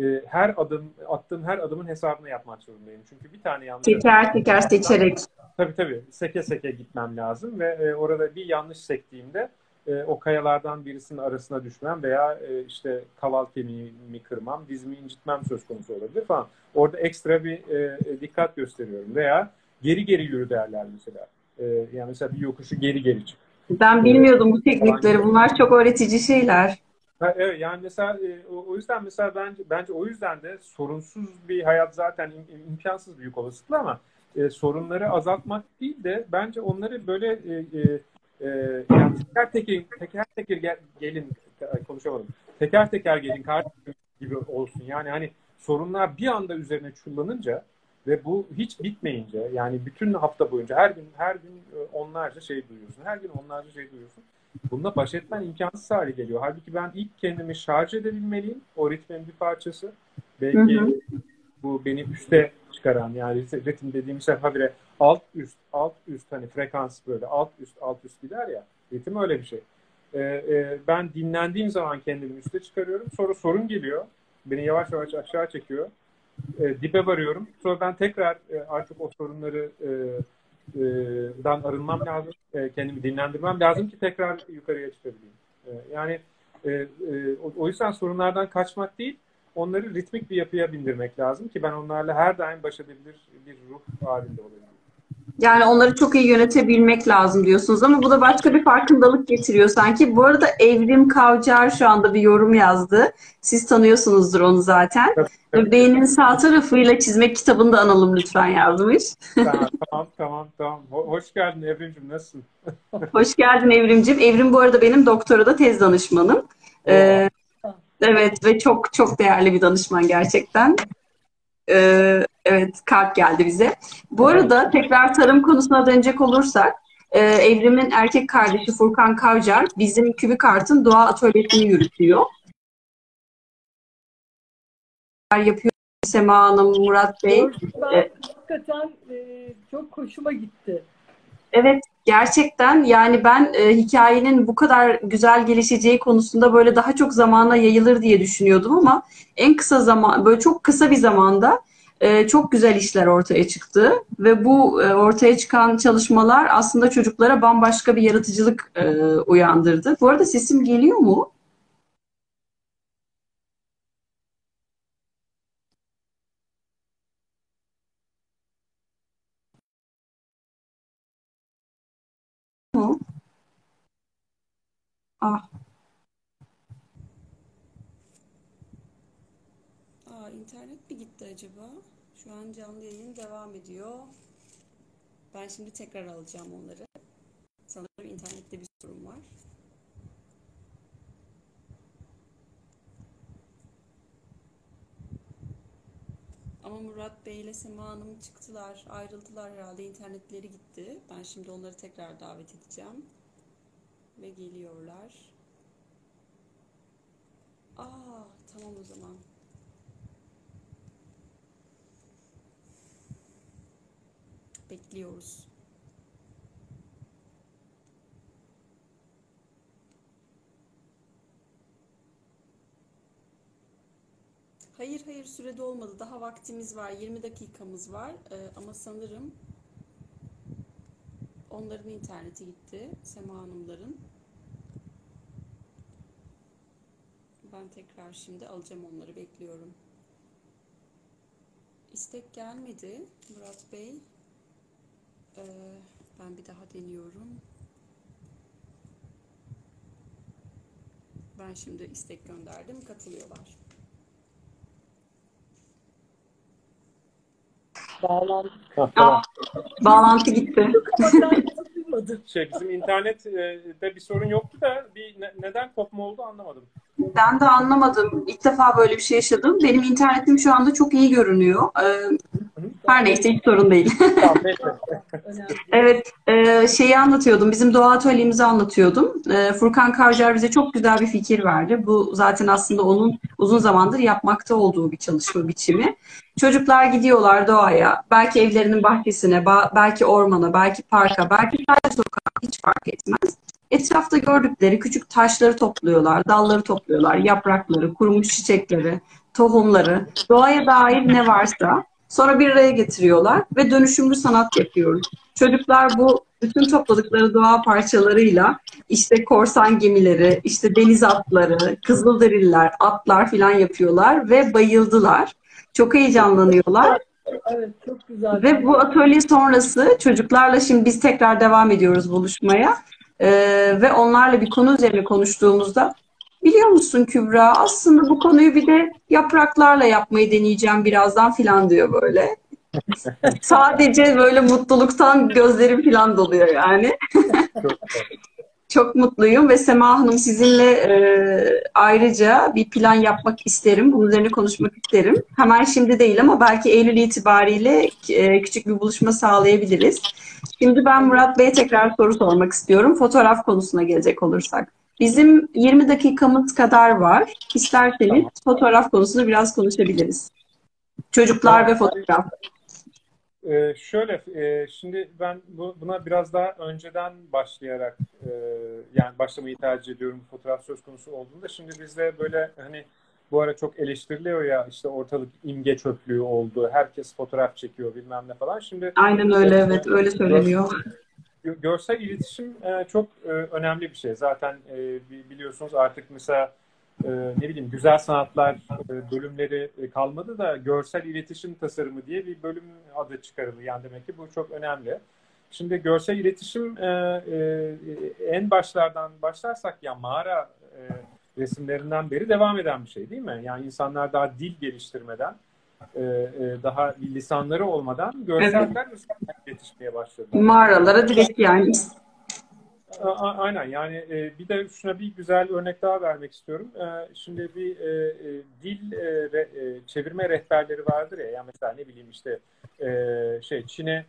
attığım her adımın hesabını yapmak zorundayım. Çünkü bir tane yanlış adım Teker teker seçerek. tabii seke seke gitmem lazım ve orada bir yanlış sektiğimde o kayalardan birisinin arasına düşmem veya işte kaval kemiğimi kırmam, dizimi incitmem söz konusu olabilir falan. Orada ekstra bir dikkat gösteriyorum veya geri geri yürü derler mesela. Yani mesela bir yokuşu geri geri çık Ben e, bilmiyordum bu falan teknikleri. gibi. Bunlar çok öğretici şeyler. Evet, yani mesela o yüzden mesela bence o yüzden de sorunsuz bir hayat zaten imkansız büyük olasılıkla, ama sorunları azaltmak değil de bence onları böyle yani teker teker gelin, konuşamadım. Teker teker gelin kardeşim gibi olsun. Yani hani sorunlar bir anda üzerine çullanınca ve bu hiç bitmeyince, yani bütün hafta boyunca her gün onlarca şey duyuyorsun. Her gün onlarca şey duyuyorsun. Bununla baş etmen imkansız hale geliyor. Halbuki ben ilk kendimi şarj edebilmeliyim. O ritmin bir parçası. Hı Belki hı. bu beni üste çıkaran, yani ritim dediğim şey habire alt üst alt üst, hani frekans böyle alt üst alt üst gider ya. Ritim öyle bir şey. Ben dinlendiğim zaman kendimi üste çıkarıyorum. Sonra sorun geliyor. Beni yavaş yavaş aşağı çekiyor. Dibe varıyorum. Sonra ben tekrar artık o sorunları dan arınmam lazım. Kendimi dinlendirmem lazım ki tekrar yukarıya çıkabileyim. Yani o yüzden sorunlardan kaçmak değil, onları ritmik bir yapıya bindirmek lazım ki ben onlarla her daim baş edebilir bir ruh halinde olayım. Yani onları çok iyi yönetebilmek lazım diyorsunuz ama bu da başka bir farkındalık getiriyor sanki. Bu arada Evrim Kavcar şu anda bir yorum yazdı. Siz tanıyorsunuzdur onu zaten. Tabii, tabii, tabii. Beynin sağ tarafıyla çizmek kitabını da analım lütfen yazmış. Tamam. Hoş geldin Evrimcim, nasılsın? Hoş geldin Evrimcim. Evrim bu arada benim doktorada tez danışmanım. Oo, Ee, evet ve çok çok değerli bir danışman gerçekten. Evet, kart geldi bize. Bu evet. arada tekrar tarım konusuna dönecek olursak, Evrim'in erkek kardeşi Furkan Kavcar bizim KübiKart'ın doğa atölyesini yürütüyor. Yapıyor Sema Hanım, Murat Bey. Gördüm ben, E, hakikaten çok hoşuma gitti. evet, gerçekten yani ben hikayenin bu kadar güzel gelişeceği konusunda böyle daha çok zamana yayılır diye düşünüyordum ama en kısa zaman, böyle çok kısa bir zamanda çok güzel işler ortaya çıktı ve bu ortaya çıkan çalışmalar aslında çocuklara bambaşka bir yaratıcılık uyandırdı. Bu arada sesim geliyor mu? Ah, İnternet mi gitti acaba? Şu an canlı yayın devam ediyor. Ben şimdi tekrar alacağım onları. Sanırım internette bir sorun var. Ama Murat Bey ile Sema Hanım çıktılar, ayrıldılar herhalde. İnternetleri gitti. Ben şimdi onları tekrar davet edeceğim. Ve geliyorlar. Tamam o zaman. Bekliyoruz. Hayır hayır, sürede olmadı. Daha vaktimiz var. 20 dakikamız var. Ama sanırım onların interneti gitti. Sema Hanımların. Ben tekrar şimdi alacağım onları. Bekliyorum. İstek gelmedi Murat Bey. Ee, Ben bir daha deniyorum. Ben şimdi istek gönderdim. Katılıyorlar. Bağlandık. Ha, Aa, tamam. bağlantı gitti. Ama ben katılmadım. Bizim internette bir sorun yoktu da neden kopma oldu anlamadım. Ben de anlamadım. İlk defa böyle bir şey yaşadım. Benim internetim şu anda çok iyi görünüyor. Her neyse, hiç sorun değil. Tamam, neyse. Önemli. Evet, şeyi anlatıyordum. Bizim doğa atölyemizi anlatıyordum. Furkan Kavcar bize çok güzel bir fikir verdi. Bu zaten aslında onun uzun zamandır yapmakta olduğu bir çalışma biçimi. Çocuklar gidiyorlar doğaya, belki evlerinin bahçesine, belki ormana, belki parka, belki sadece sokağa, hiç fark etmez. Etrafta gördükleri küçük taşları topluyorlar, dalları topluyorlar, yaprakları, kurumuş çiçekleri, tohumları, doğaya dair ne varsa. Sonra bir araya getiriyorlar ve dönüşümlü sanat yapıyoruz. Çocuklar bu bütün topladıkları doğa parçalarıyla işte korsan gemileri, işte deniz atları, kızılderililer, atlar falan yapıyorlar ve bayıldılar. Çok heyecanlanıyorlar. Evet, çok güzel. Ve bu atölye sonrası çocuklarla şimdi biz tekrar devam ediyoruz buluşmaya. Ve onlarla bir konu üzerine konuştuğumuzda, biliyor musun Kübra, aslında bu konuyu bir de yapraklarla yapmayı deneyeceğim birazdan filan diyor böyle. Sadece böyle mutluluktan gözlerim filan doluyor yani. Çok, Çok mutluyum ve Sema Hanım, sizinle ayrıca bir plan yapmak isterim. Bunun üzerine konuşmak isterim. Hemen şimdi değil ama belki Eylül itibariyle küçük bir buluşma sağlayabiliriz. Şimdi ben Murat Bey'e tekrar soru sormak istiyorum. Fotoğraf konusuna gelecek olursak. Bizim 20 dakikamız kadar var. İsterseniz tamam. fotoğraf konusunu biraz konuşabiliriz. Çocuklar Tamam. ve fotoğraf. Şimdi ben buna biraz daha önceden başlayarak yani başlamayı tercih ediyorum fotoğraf söz konusu olduğunda. Şimdi bizde böyle hani bu ara çok eleştiriliyor ya, işte ortalık imge çöplüğü oldu. Herkes fotoğraf çekiyor bilmem ne falan. Şimdi Aynen öyle, evet, öyle söyleniyor. görsel iletişim çok önemli bir şey. Zaten biliyorsunuz artık mesela ne bileyim güzel sanatlar bölümleri kalmadı da görsel iletişim tasarımı diye bir bölüm adı çıkarıldı. Yani demek ki bu çok önemli. Şimdi görsel iletişim en başlardan başlarsak ya mağara resimlerinden beri devam eden bir şey değil mi? Yani insanlar daha dil geliştirmeden daha lisanları olmadan görseller üzerinden iletişmeye başladılar. Mağaralara direkt yani. Aynen yani bir de şuna bir güzel örnek daha vermek istiyorum. Şimdi bir dil çevirme rehberleri vardır ya, yani mesela ne bileyim işte Çin'e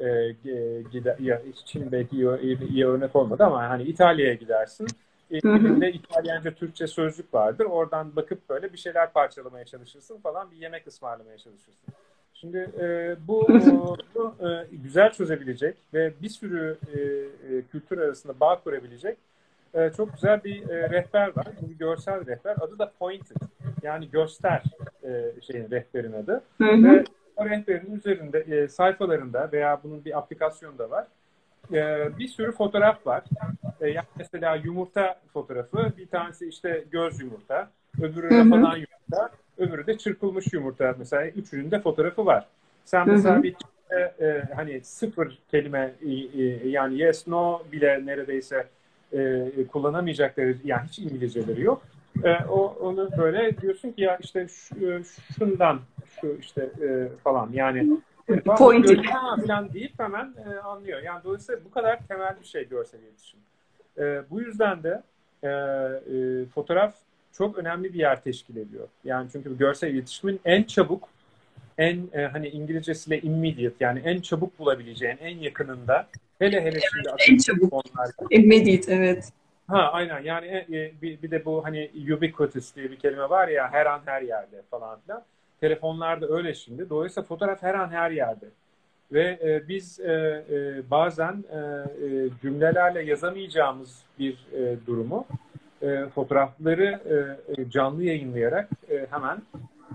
Çin belki iyi örnek olmadı ama hani İtalya'ya gidersin. Elinde İtalyanca Türkçe sözlük vardır. Oradan bakıp böyle bir şeyler parçalamaya çalışırsın falan, bir yemek ısmarlamaya çalışırsın. Şimdi bu güzel çözebilecek ve bir sürü kültür arasında bağ kurabilecek çok güzel bir rehber var. Bu bir görsel rehber. Adı da Pointed. Yani göster rehberin adı. Ve o rehberin üzerinde sayfalarında veya bunun bir aplikasyonu da var. Bir sürü fotoğraf var. Yani mesela yumurta fotoğrafı, bir tanesi işte göz yumurta, öbürü rafadan yumurta, öbürü de çırpılmış yumurta. Mesela üçünün de fotoğrafı var. Sen mesela bir hani sıfır kelime yani yes no bile neredeyse kullanamayacakları, yani hiç İngilizceleri yok. Onu böyle diyorsun ki ya işte şundan şu işte falan yani Pointed. falan deyip hemen anlıyor. Yani dolayısıyla bu kadar temel bir şey görsel iletişim. Bu yüzden de fotoğraf çok önemli bir yer teşkil ediyor. Yani çünkü görsel iletişimin en çabuk, en hani İngilizcesiyle immediate, yani en çabuk bulabileceğin, en yakınında, hele şimdi En çabuk. onlar. Immediate, evet. Aynen yani bir de bu hani ubiquitous diye bir kelime var ya, her an her yerde falan filan. Telefonlarda öyle şimdi. Dolayısıyla fotoğraf her an her yerde. Ve biz bazen cümlelerle yazamayacağımız bir durumu fotoğrafları canlı yayınlayarak hemen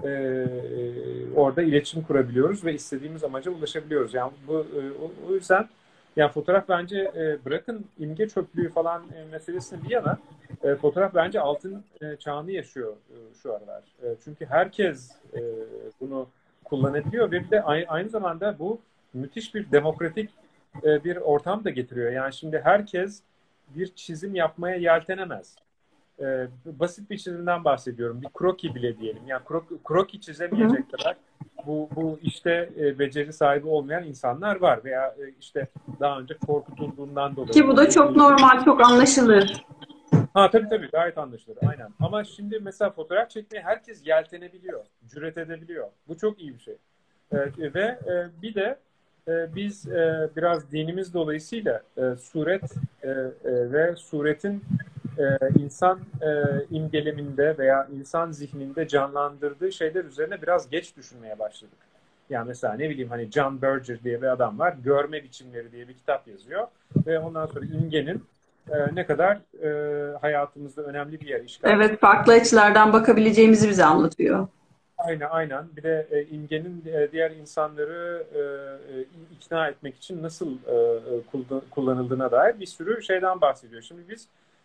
orada iletişim kurabiliyoruz ve istediğimiz amaca ulaşabiliyoruz. Yani o yüzden yani fotoğraf bence bırakın imge çöplüğü falan meselesini bir yana fotoğraf bence altın çağını yaşıyor şu aralar. Çünkü herkes bunu kullanabiliyor ve bir de aynı zamanda bu müthiş bir demokratik bir ortam da getiriyor. Yani şimdi herkes bir çizim yapmaya yeltenemez. Basit bir çizimden bahsediyorum. Bir kroki bile diyelim. Yani kroki çizemeyecek kadar bu işte beceri sahibi olmayan insanlar var veya işte daha önce korkutulduğundan Ki dolayı. bu da çok normal, çok anlaşılır. Ha tabii gayet anlaşılır. Aynen. Ama şimdi mesela fotoğraf çekmeye herkes yeltenebiliyor. Cüret edebiliyor. Bu çok iyi bir şey. Ve bir de biz biraz dinimiz dolayısıyla suret ve suretin insan imgeleminde veya insan zihninde canlandırdığı şeyler üzerine biraz geç düşünmeye başladık. Yani mesela ne bileyim hani John Berger diye bir adam var. Görme Biçimleri diye bir kitap yazıyor. Ve ondan sonra imgenin ne kadar hayatımızda önemli bir yer işgal ediyor. Evet, farklı açılardan bakabileceğimizi bize anlatıyor. Aynen. Bir de imgenin diğer insanları ikna etmek için nasıl kullanıldığına dair bir sürü şeyden bahsediyor. Şimdi biz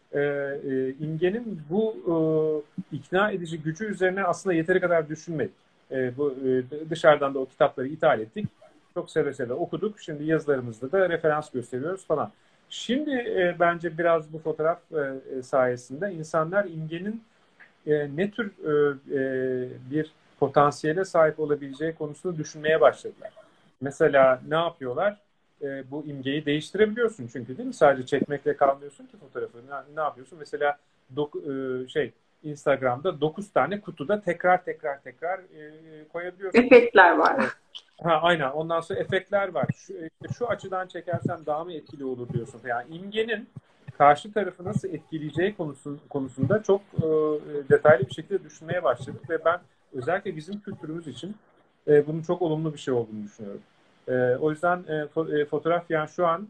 imgenin bu ikna edici gücü üzerine aslında yeteri kadar düşünmedik. Dışarıdan da o kitapları ithal ettik. Çok seve seve okuduk. Şimdi yazılarımızda da referans gösteriyoruz falan. Şimdi bence biraz bu fotoğraf sayesinde insanlar imgenin ne tür bir potansiyele sahip olabileceği konusunu düşünmeye başladılar. Mesela ne yapıyorlar? Bu imgeyi değiştirebiliyorsun çünkü değil mi? Sadece çekmekle kalmıyorsun ki fotoğrafı. Ne yapıyorsun? Mesela Instagram'da 9 tane kutuda tekrar koyabiliyorsun. Efektler var. Aynen. Ondan sonra efektler var. Şu açıdan çekersem daha mı etkili olur diyorsun. Yani imgenin karşı tarafı nasıl etkileyeceği konusunda çok detaylı bir şekilde düşünmeye başladık ve ben özellikle bizim kültürümüz için bunun çok olumlu bir şey olduğunu düşünüyorum. O yüzden fotoğraf yani şu an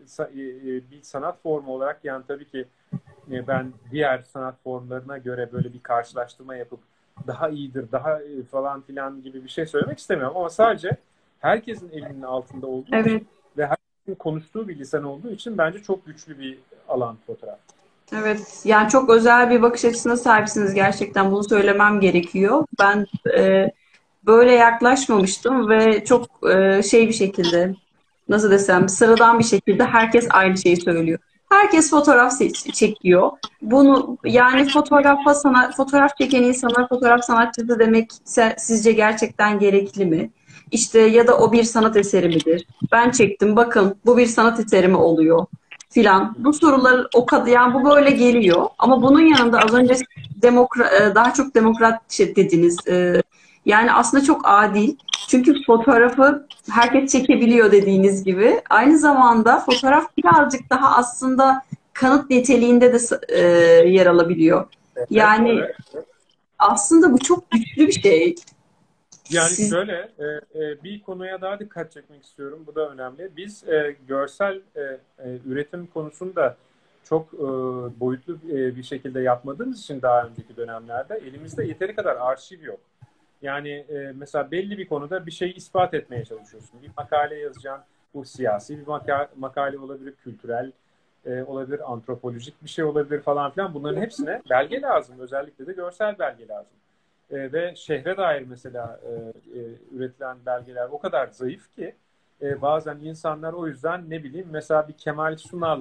bir sanat formu olarak yani tabii ki ben diğer sanat formlarına göre böyle bir karşılaştırma yapıp daha iyidir, daha falan filan gibi bir şey söylemek istemiyorum ama sadece herkesin elinin altında olduğu Evet. için ve herkesin konuştuğu bir lisan olduğu için bence çok güçlü bir alan fotoğraf. Evet, yani çok özel bir bakış açısına sahipsiniz gerçekten. Bunu söylemem gerekiyor. Ben böyle yaklaşmamıştım ve çok şey bir şekilde, nasıl desem, sıradan bir şekilde herkes aynı şeyi söylüyor. Herkes fotoğraf çekiyor. Bunu yani fotoğraf çeken insana fotoğraf sanatçısı demek sizce gerçekten gerekli mi? İşte ya da o bir sanat eseri midir? Ben çektim, bakın bu bir sanat eseri mi oluyor? Filan. Bu sorular o kadar yani bu böyle geliyor. Ama bunun yanında az önce daha çok demokrat şey dediniz. Yani aslında çok adil. Çünkü fotoğrafı herkes çekebiliyor dediğiniz gibi. Aynı zamanda fotoğraf birazcık daha aslında kanıt niteliğinde de yer alabiliyor. Yani Evet. aslında bu çok güçlü bir şey. Yani şöyle bir konuya daha dikkat çekmek istiyorum. Bu da önemli. Biz görsel üretim konusunda çok boyutlu bir şekilde yapmadığımız için daha önceki dönemlerde elimizde yeteri kadar arşiv yok. Yani mesela belli bir konuda bir şeyi ispat etmeye çalışıyorsun. Bir makale yazacaksın. Bu siyasi bir makale olabilir, kültürel olabilir, antropolojik bir şey olabilir falan filan. Bunların hepsine belge lazım. Özellikle de görsel belge lazım. Ve şehre dair mesela üretilen belgeler o kadar zayıf ki bazen insanlar o yüzden ne bileyim mesela bir Kemal Sunal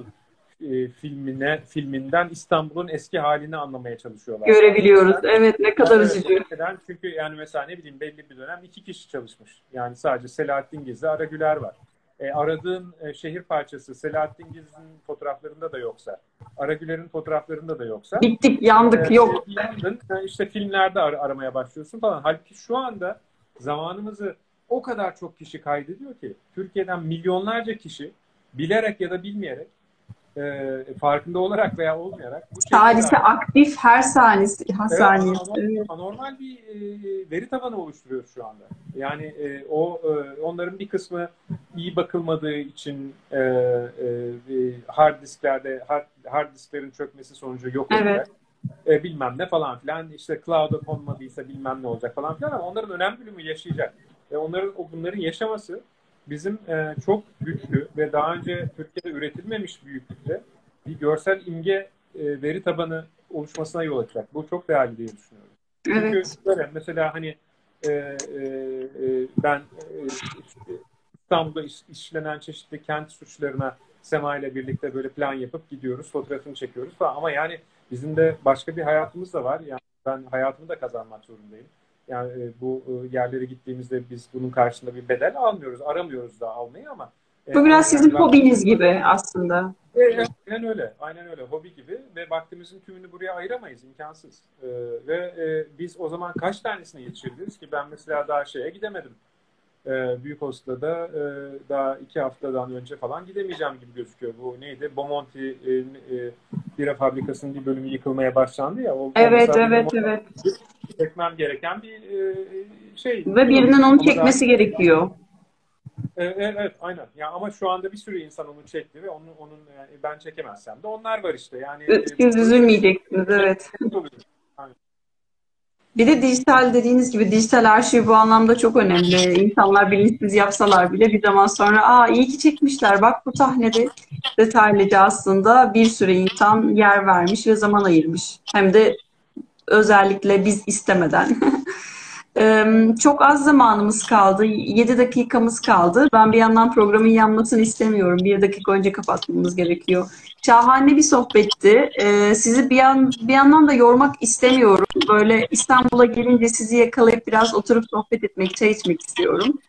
filminden İstanbul'un eski halini anlamaya çalışıyorlar. Görebiliyoruz. Evet, ne kadar üzücü. Çünkü yani mesela ne bileyim belli bir dönem 2 kişi çalışmış. Yani sadece Selahattin Gezi, Ara Güler var. Aradığın şehir parçası Selahattin Gezi'nin fotoğraflarında da yoksa, Ara Güler'in fotoğraflarında da yoksa Bittik, yandık, yok. yandın, işte filmlerde aramaya başlıyorsun falan. Halbuki şu anda zamanımızı o kadar çok kişi kaydediyor ki Türkiye'den milyonlarca kişi bilerek ya da bilmeyerek farkında olarak veya olmayarak bu Salise aktif her saniyesi. evet, Evet. anormal bir veri tabanı oluşturuyoruz şu anda. Yani onların bir kısmı iyi bakılmadığı için hard disklerin çökmesi sonucu yok olacak. Evet. bilmem ne falan filan, işte cloud'a konmadıysa bilmem ne olacak falan filan, ama onların önemli bölümü yaşayacak. Ve bunların yaşaması bizim çok güçlü ve daha önce Türkiye'de üretilmemiş büyüklükte bir görsel imge veri tabanı oluşmasına yol açacak. Bu çok değerli diye düşünüyorum. Çünkü Evet. böyle mesela hani ben İstanbul'da işlenen çeşitli kent suçlarına Sema ile birlikte böyle plan yapıp gidiyoruz, fotoğrafını çekiyoruz falan. Ama yani bizim de başka bir hayatımız da var. Yani ben hayatımı da kazanmak zorundayım. Yani bu yerlere gittiğimizde biz bunun karşılığında bir bedel almıyoruz, aramıyoruz da almayı, ama Bu ama biraz sizin yani hobiniz gibi aslında. aynen öyle, aynen öyle, hobi gibi ve vaktimizin tümünü buraya ayıramayız, imkansız. Ve biz o zaman kaç tanesine yetişebiliriz ki? Ben mesela daha şeye gidemedim. Büyükosta'da daha 2 haftadan önce falan gidemeyeceğim gibi gözüküyor. Bu neydi? Bomonti bira fabrikasının bir bölümü yıkılmaya başlandı ya. O Evet, mesela evet, evet. çekmem gereken bir şey, Ve durum. birinin onu Ama daha çekmesi gerekiyor. evet, aynen. Ya ama şu anda bir sürü insan onu çekti ve onun yani ben çekemezsem de onlar var işte. Yani Siz böyle bir üzülmeyeceksiniz, evet. oluyor. Aynen. Bir de dijital, dediğiniz gibi dijital arşiv bu anlamda çok önemli. İnsanlar bilinçsiz yapsalar bile bir zaman sonra iyi ki çekmişler. Bak bu sahnede detaylıca aslında bir sürü insan yer vermiş ve zaman ayırmış. Hem de özellikle biz istemeden. Çok az zamanımız kaldı. 7 dakikamız kaldı. Ben bir yandan programın yanmasını istemiyorum. 1 dakika önce kapatmamız gerekiyor. Şahane bir sohbetti. Sizi bir yandan da yormak istemiyorum. Böyle İstanbul'a gelince sizi yakalayıp biraz oturup sohbet etmek, çay içmek istiyorum.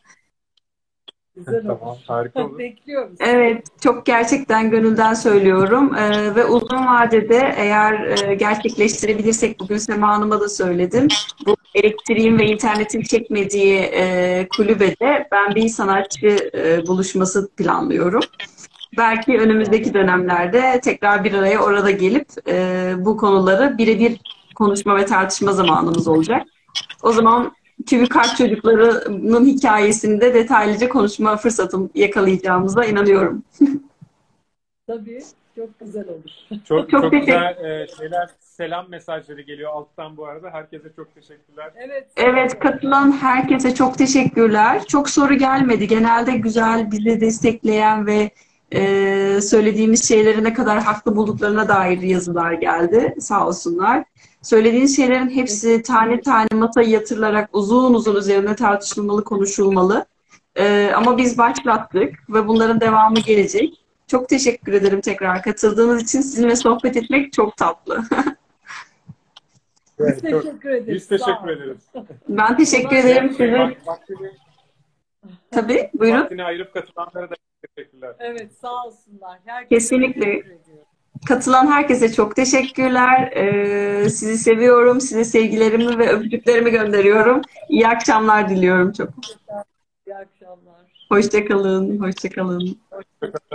Güzel Tamam, olur. harika olur. Bekliyoruz. Evet, çok gerçekten gönülden söylüyorum. Ve uzun vadede eğer gerçekleştirebilirsek, bugün Sema Hanım'a da söyledim. Bu elektriğin ve internetin çekmediği kulübede ben bir sanatçı buluşması planlıyorum. Belki önümüzdeki dönemlerde tekrar bir araya orada gelip bu konuları birebir konuşma ve tartışma zamanımız olacak. O zaman TÜBİKAK çocuklarının hikayesini de detaylıca konuşma fırsatım yakalayacağımıza inanıyorum. Tabii çok güzel olur. Çok Çok çok teşekkür. güzel selam mesajları geliyor alttan bu arada. Herkese çok teşekkürler. Evet, sağ Evet, olun. katılan herkese çok teşekkürler. Çok soru gelmedi. Genelde güzel, bizi destekleyen ve söylediğimiz şeyleri ne kadar haklı bulduklarına dair yazılar geldi. Sağ olsunlar. Söylediğiniz şeylerin hepsi tane tane masaya yatırılarak uzun uzun üzerine tartışılmalı, konuşulmalı. Ama biz başlattık ve bunların devamı gelecek. Çok teşekkür ederim tekrar katıldığınız için. Sizinle sohbet etmek çok tatlı. Biz Evet, teşekkür ederiz. biz Sağ teşekkür olun. ederiz. Ben teşekkür Kolay ederim gelsin. size. Tabii, buyurun. Vaktini ayırıp katılanlara da teşekkürler. Evet, sağ olsunlar. Herkese Kesinlikle. teşekkür ediyorum. Katılan herkese çok teşekkürler. Sizi seviyorum. Size sevgilerimi ve öpücüklerimi gönderiyorum. İyi akşamlar diliyorum çok. İyi akşamlar. Hoşça kalın. Hoşça kalın.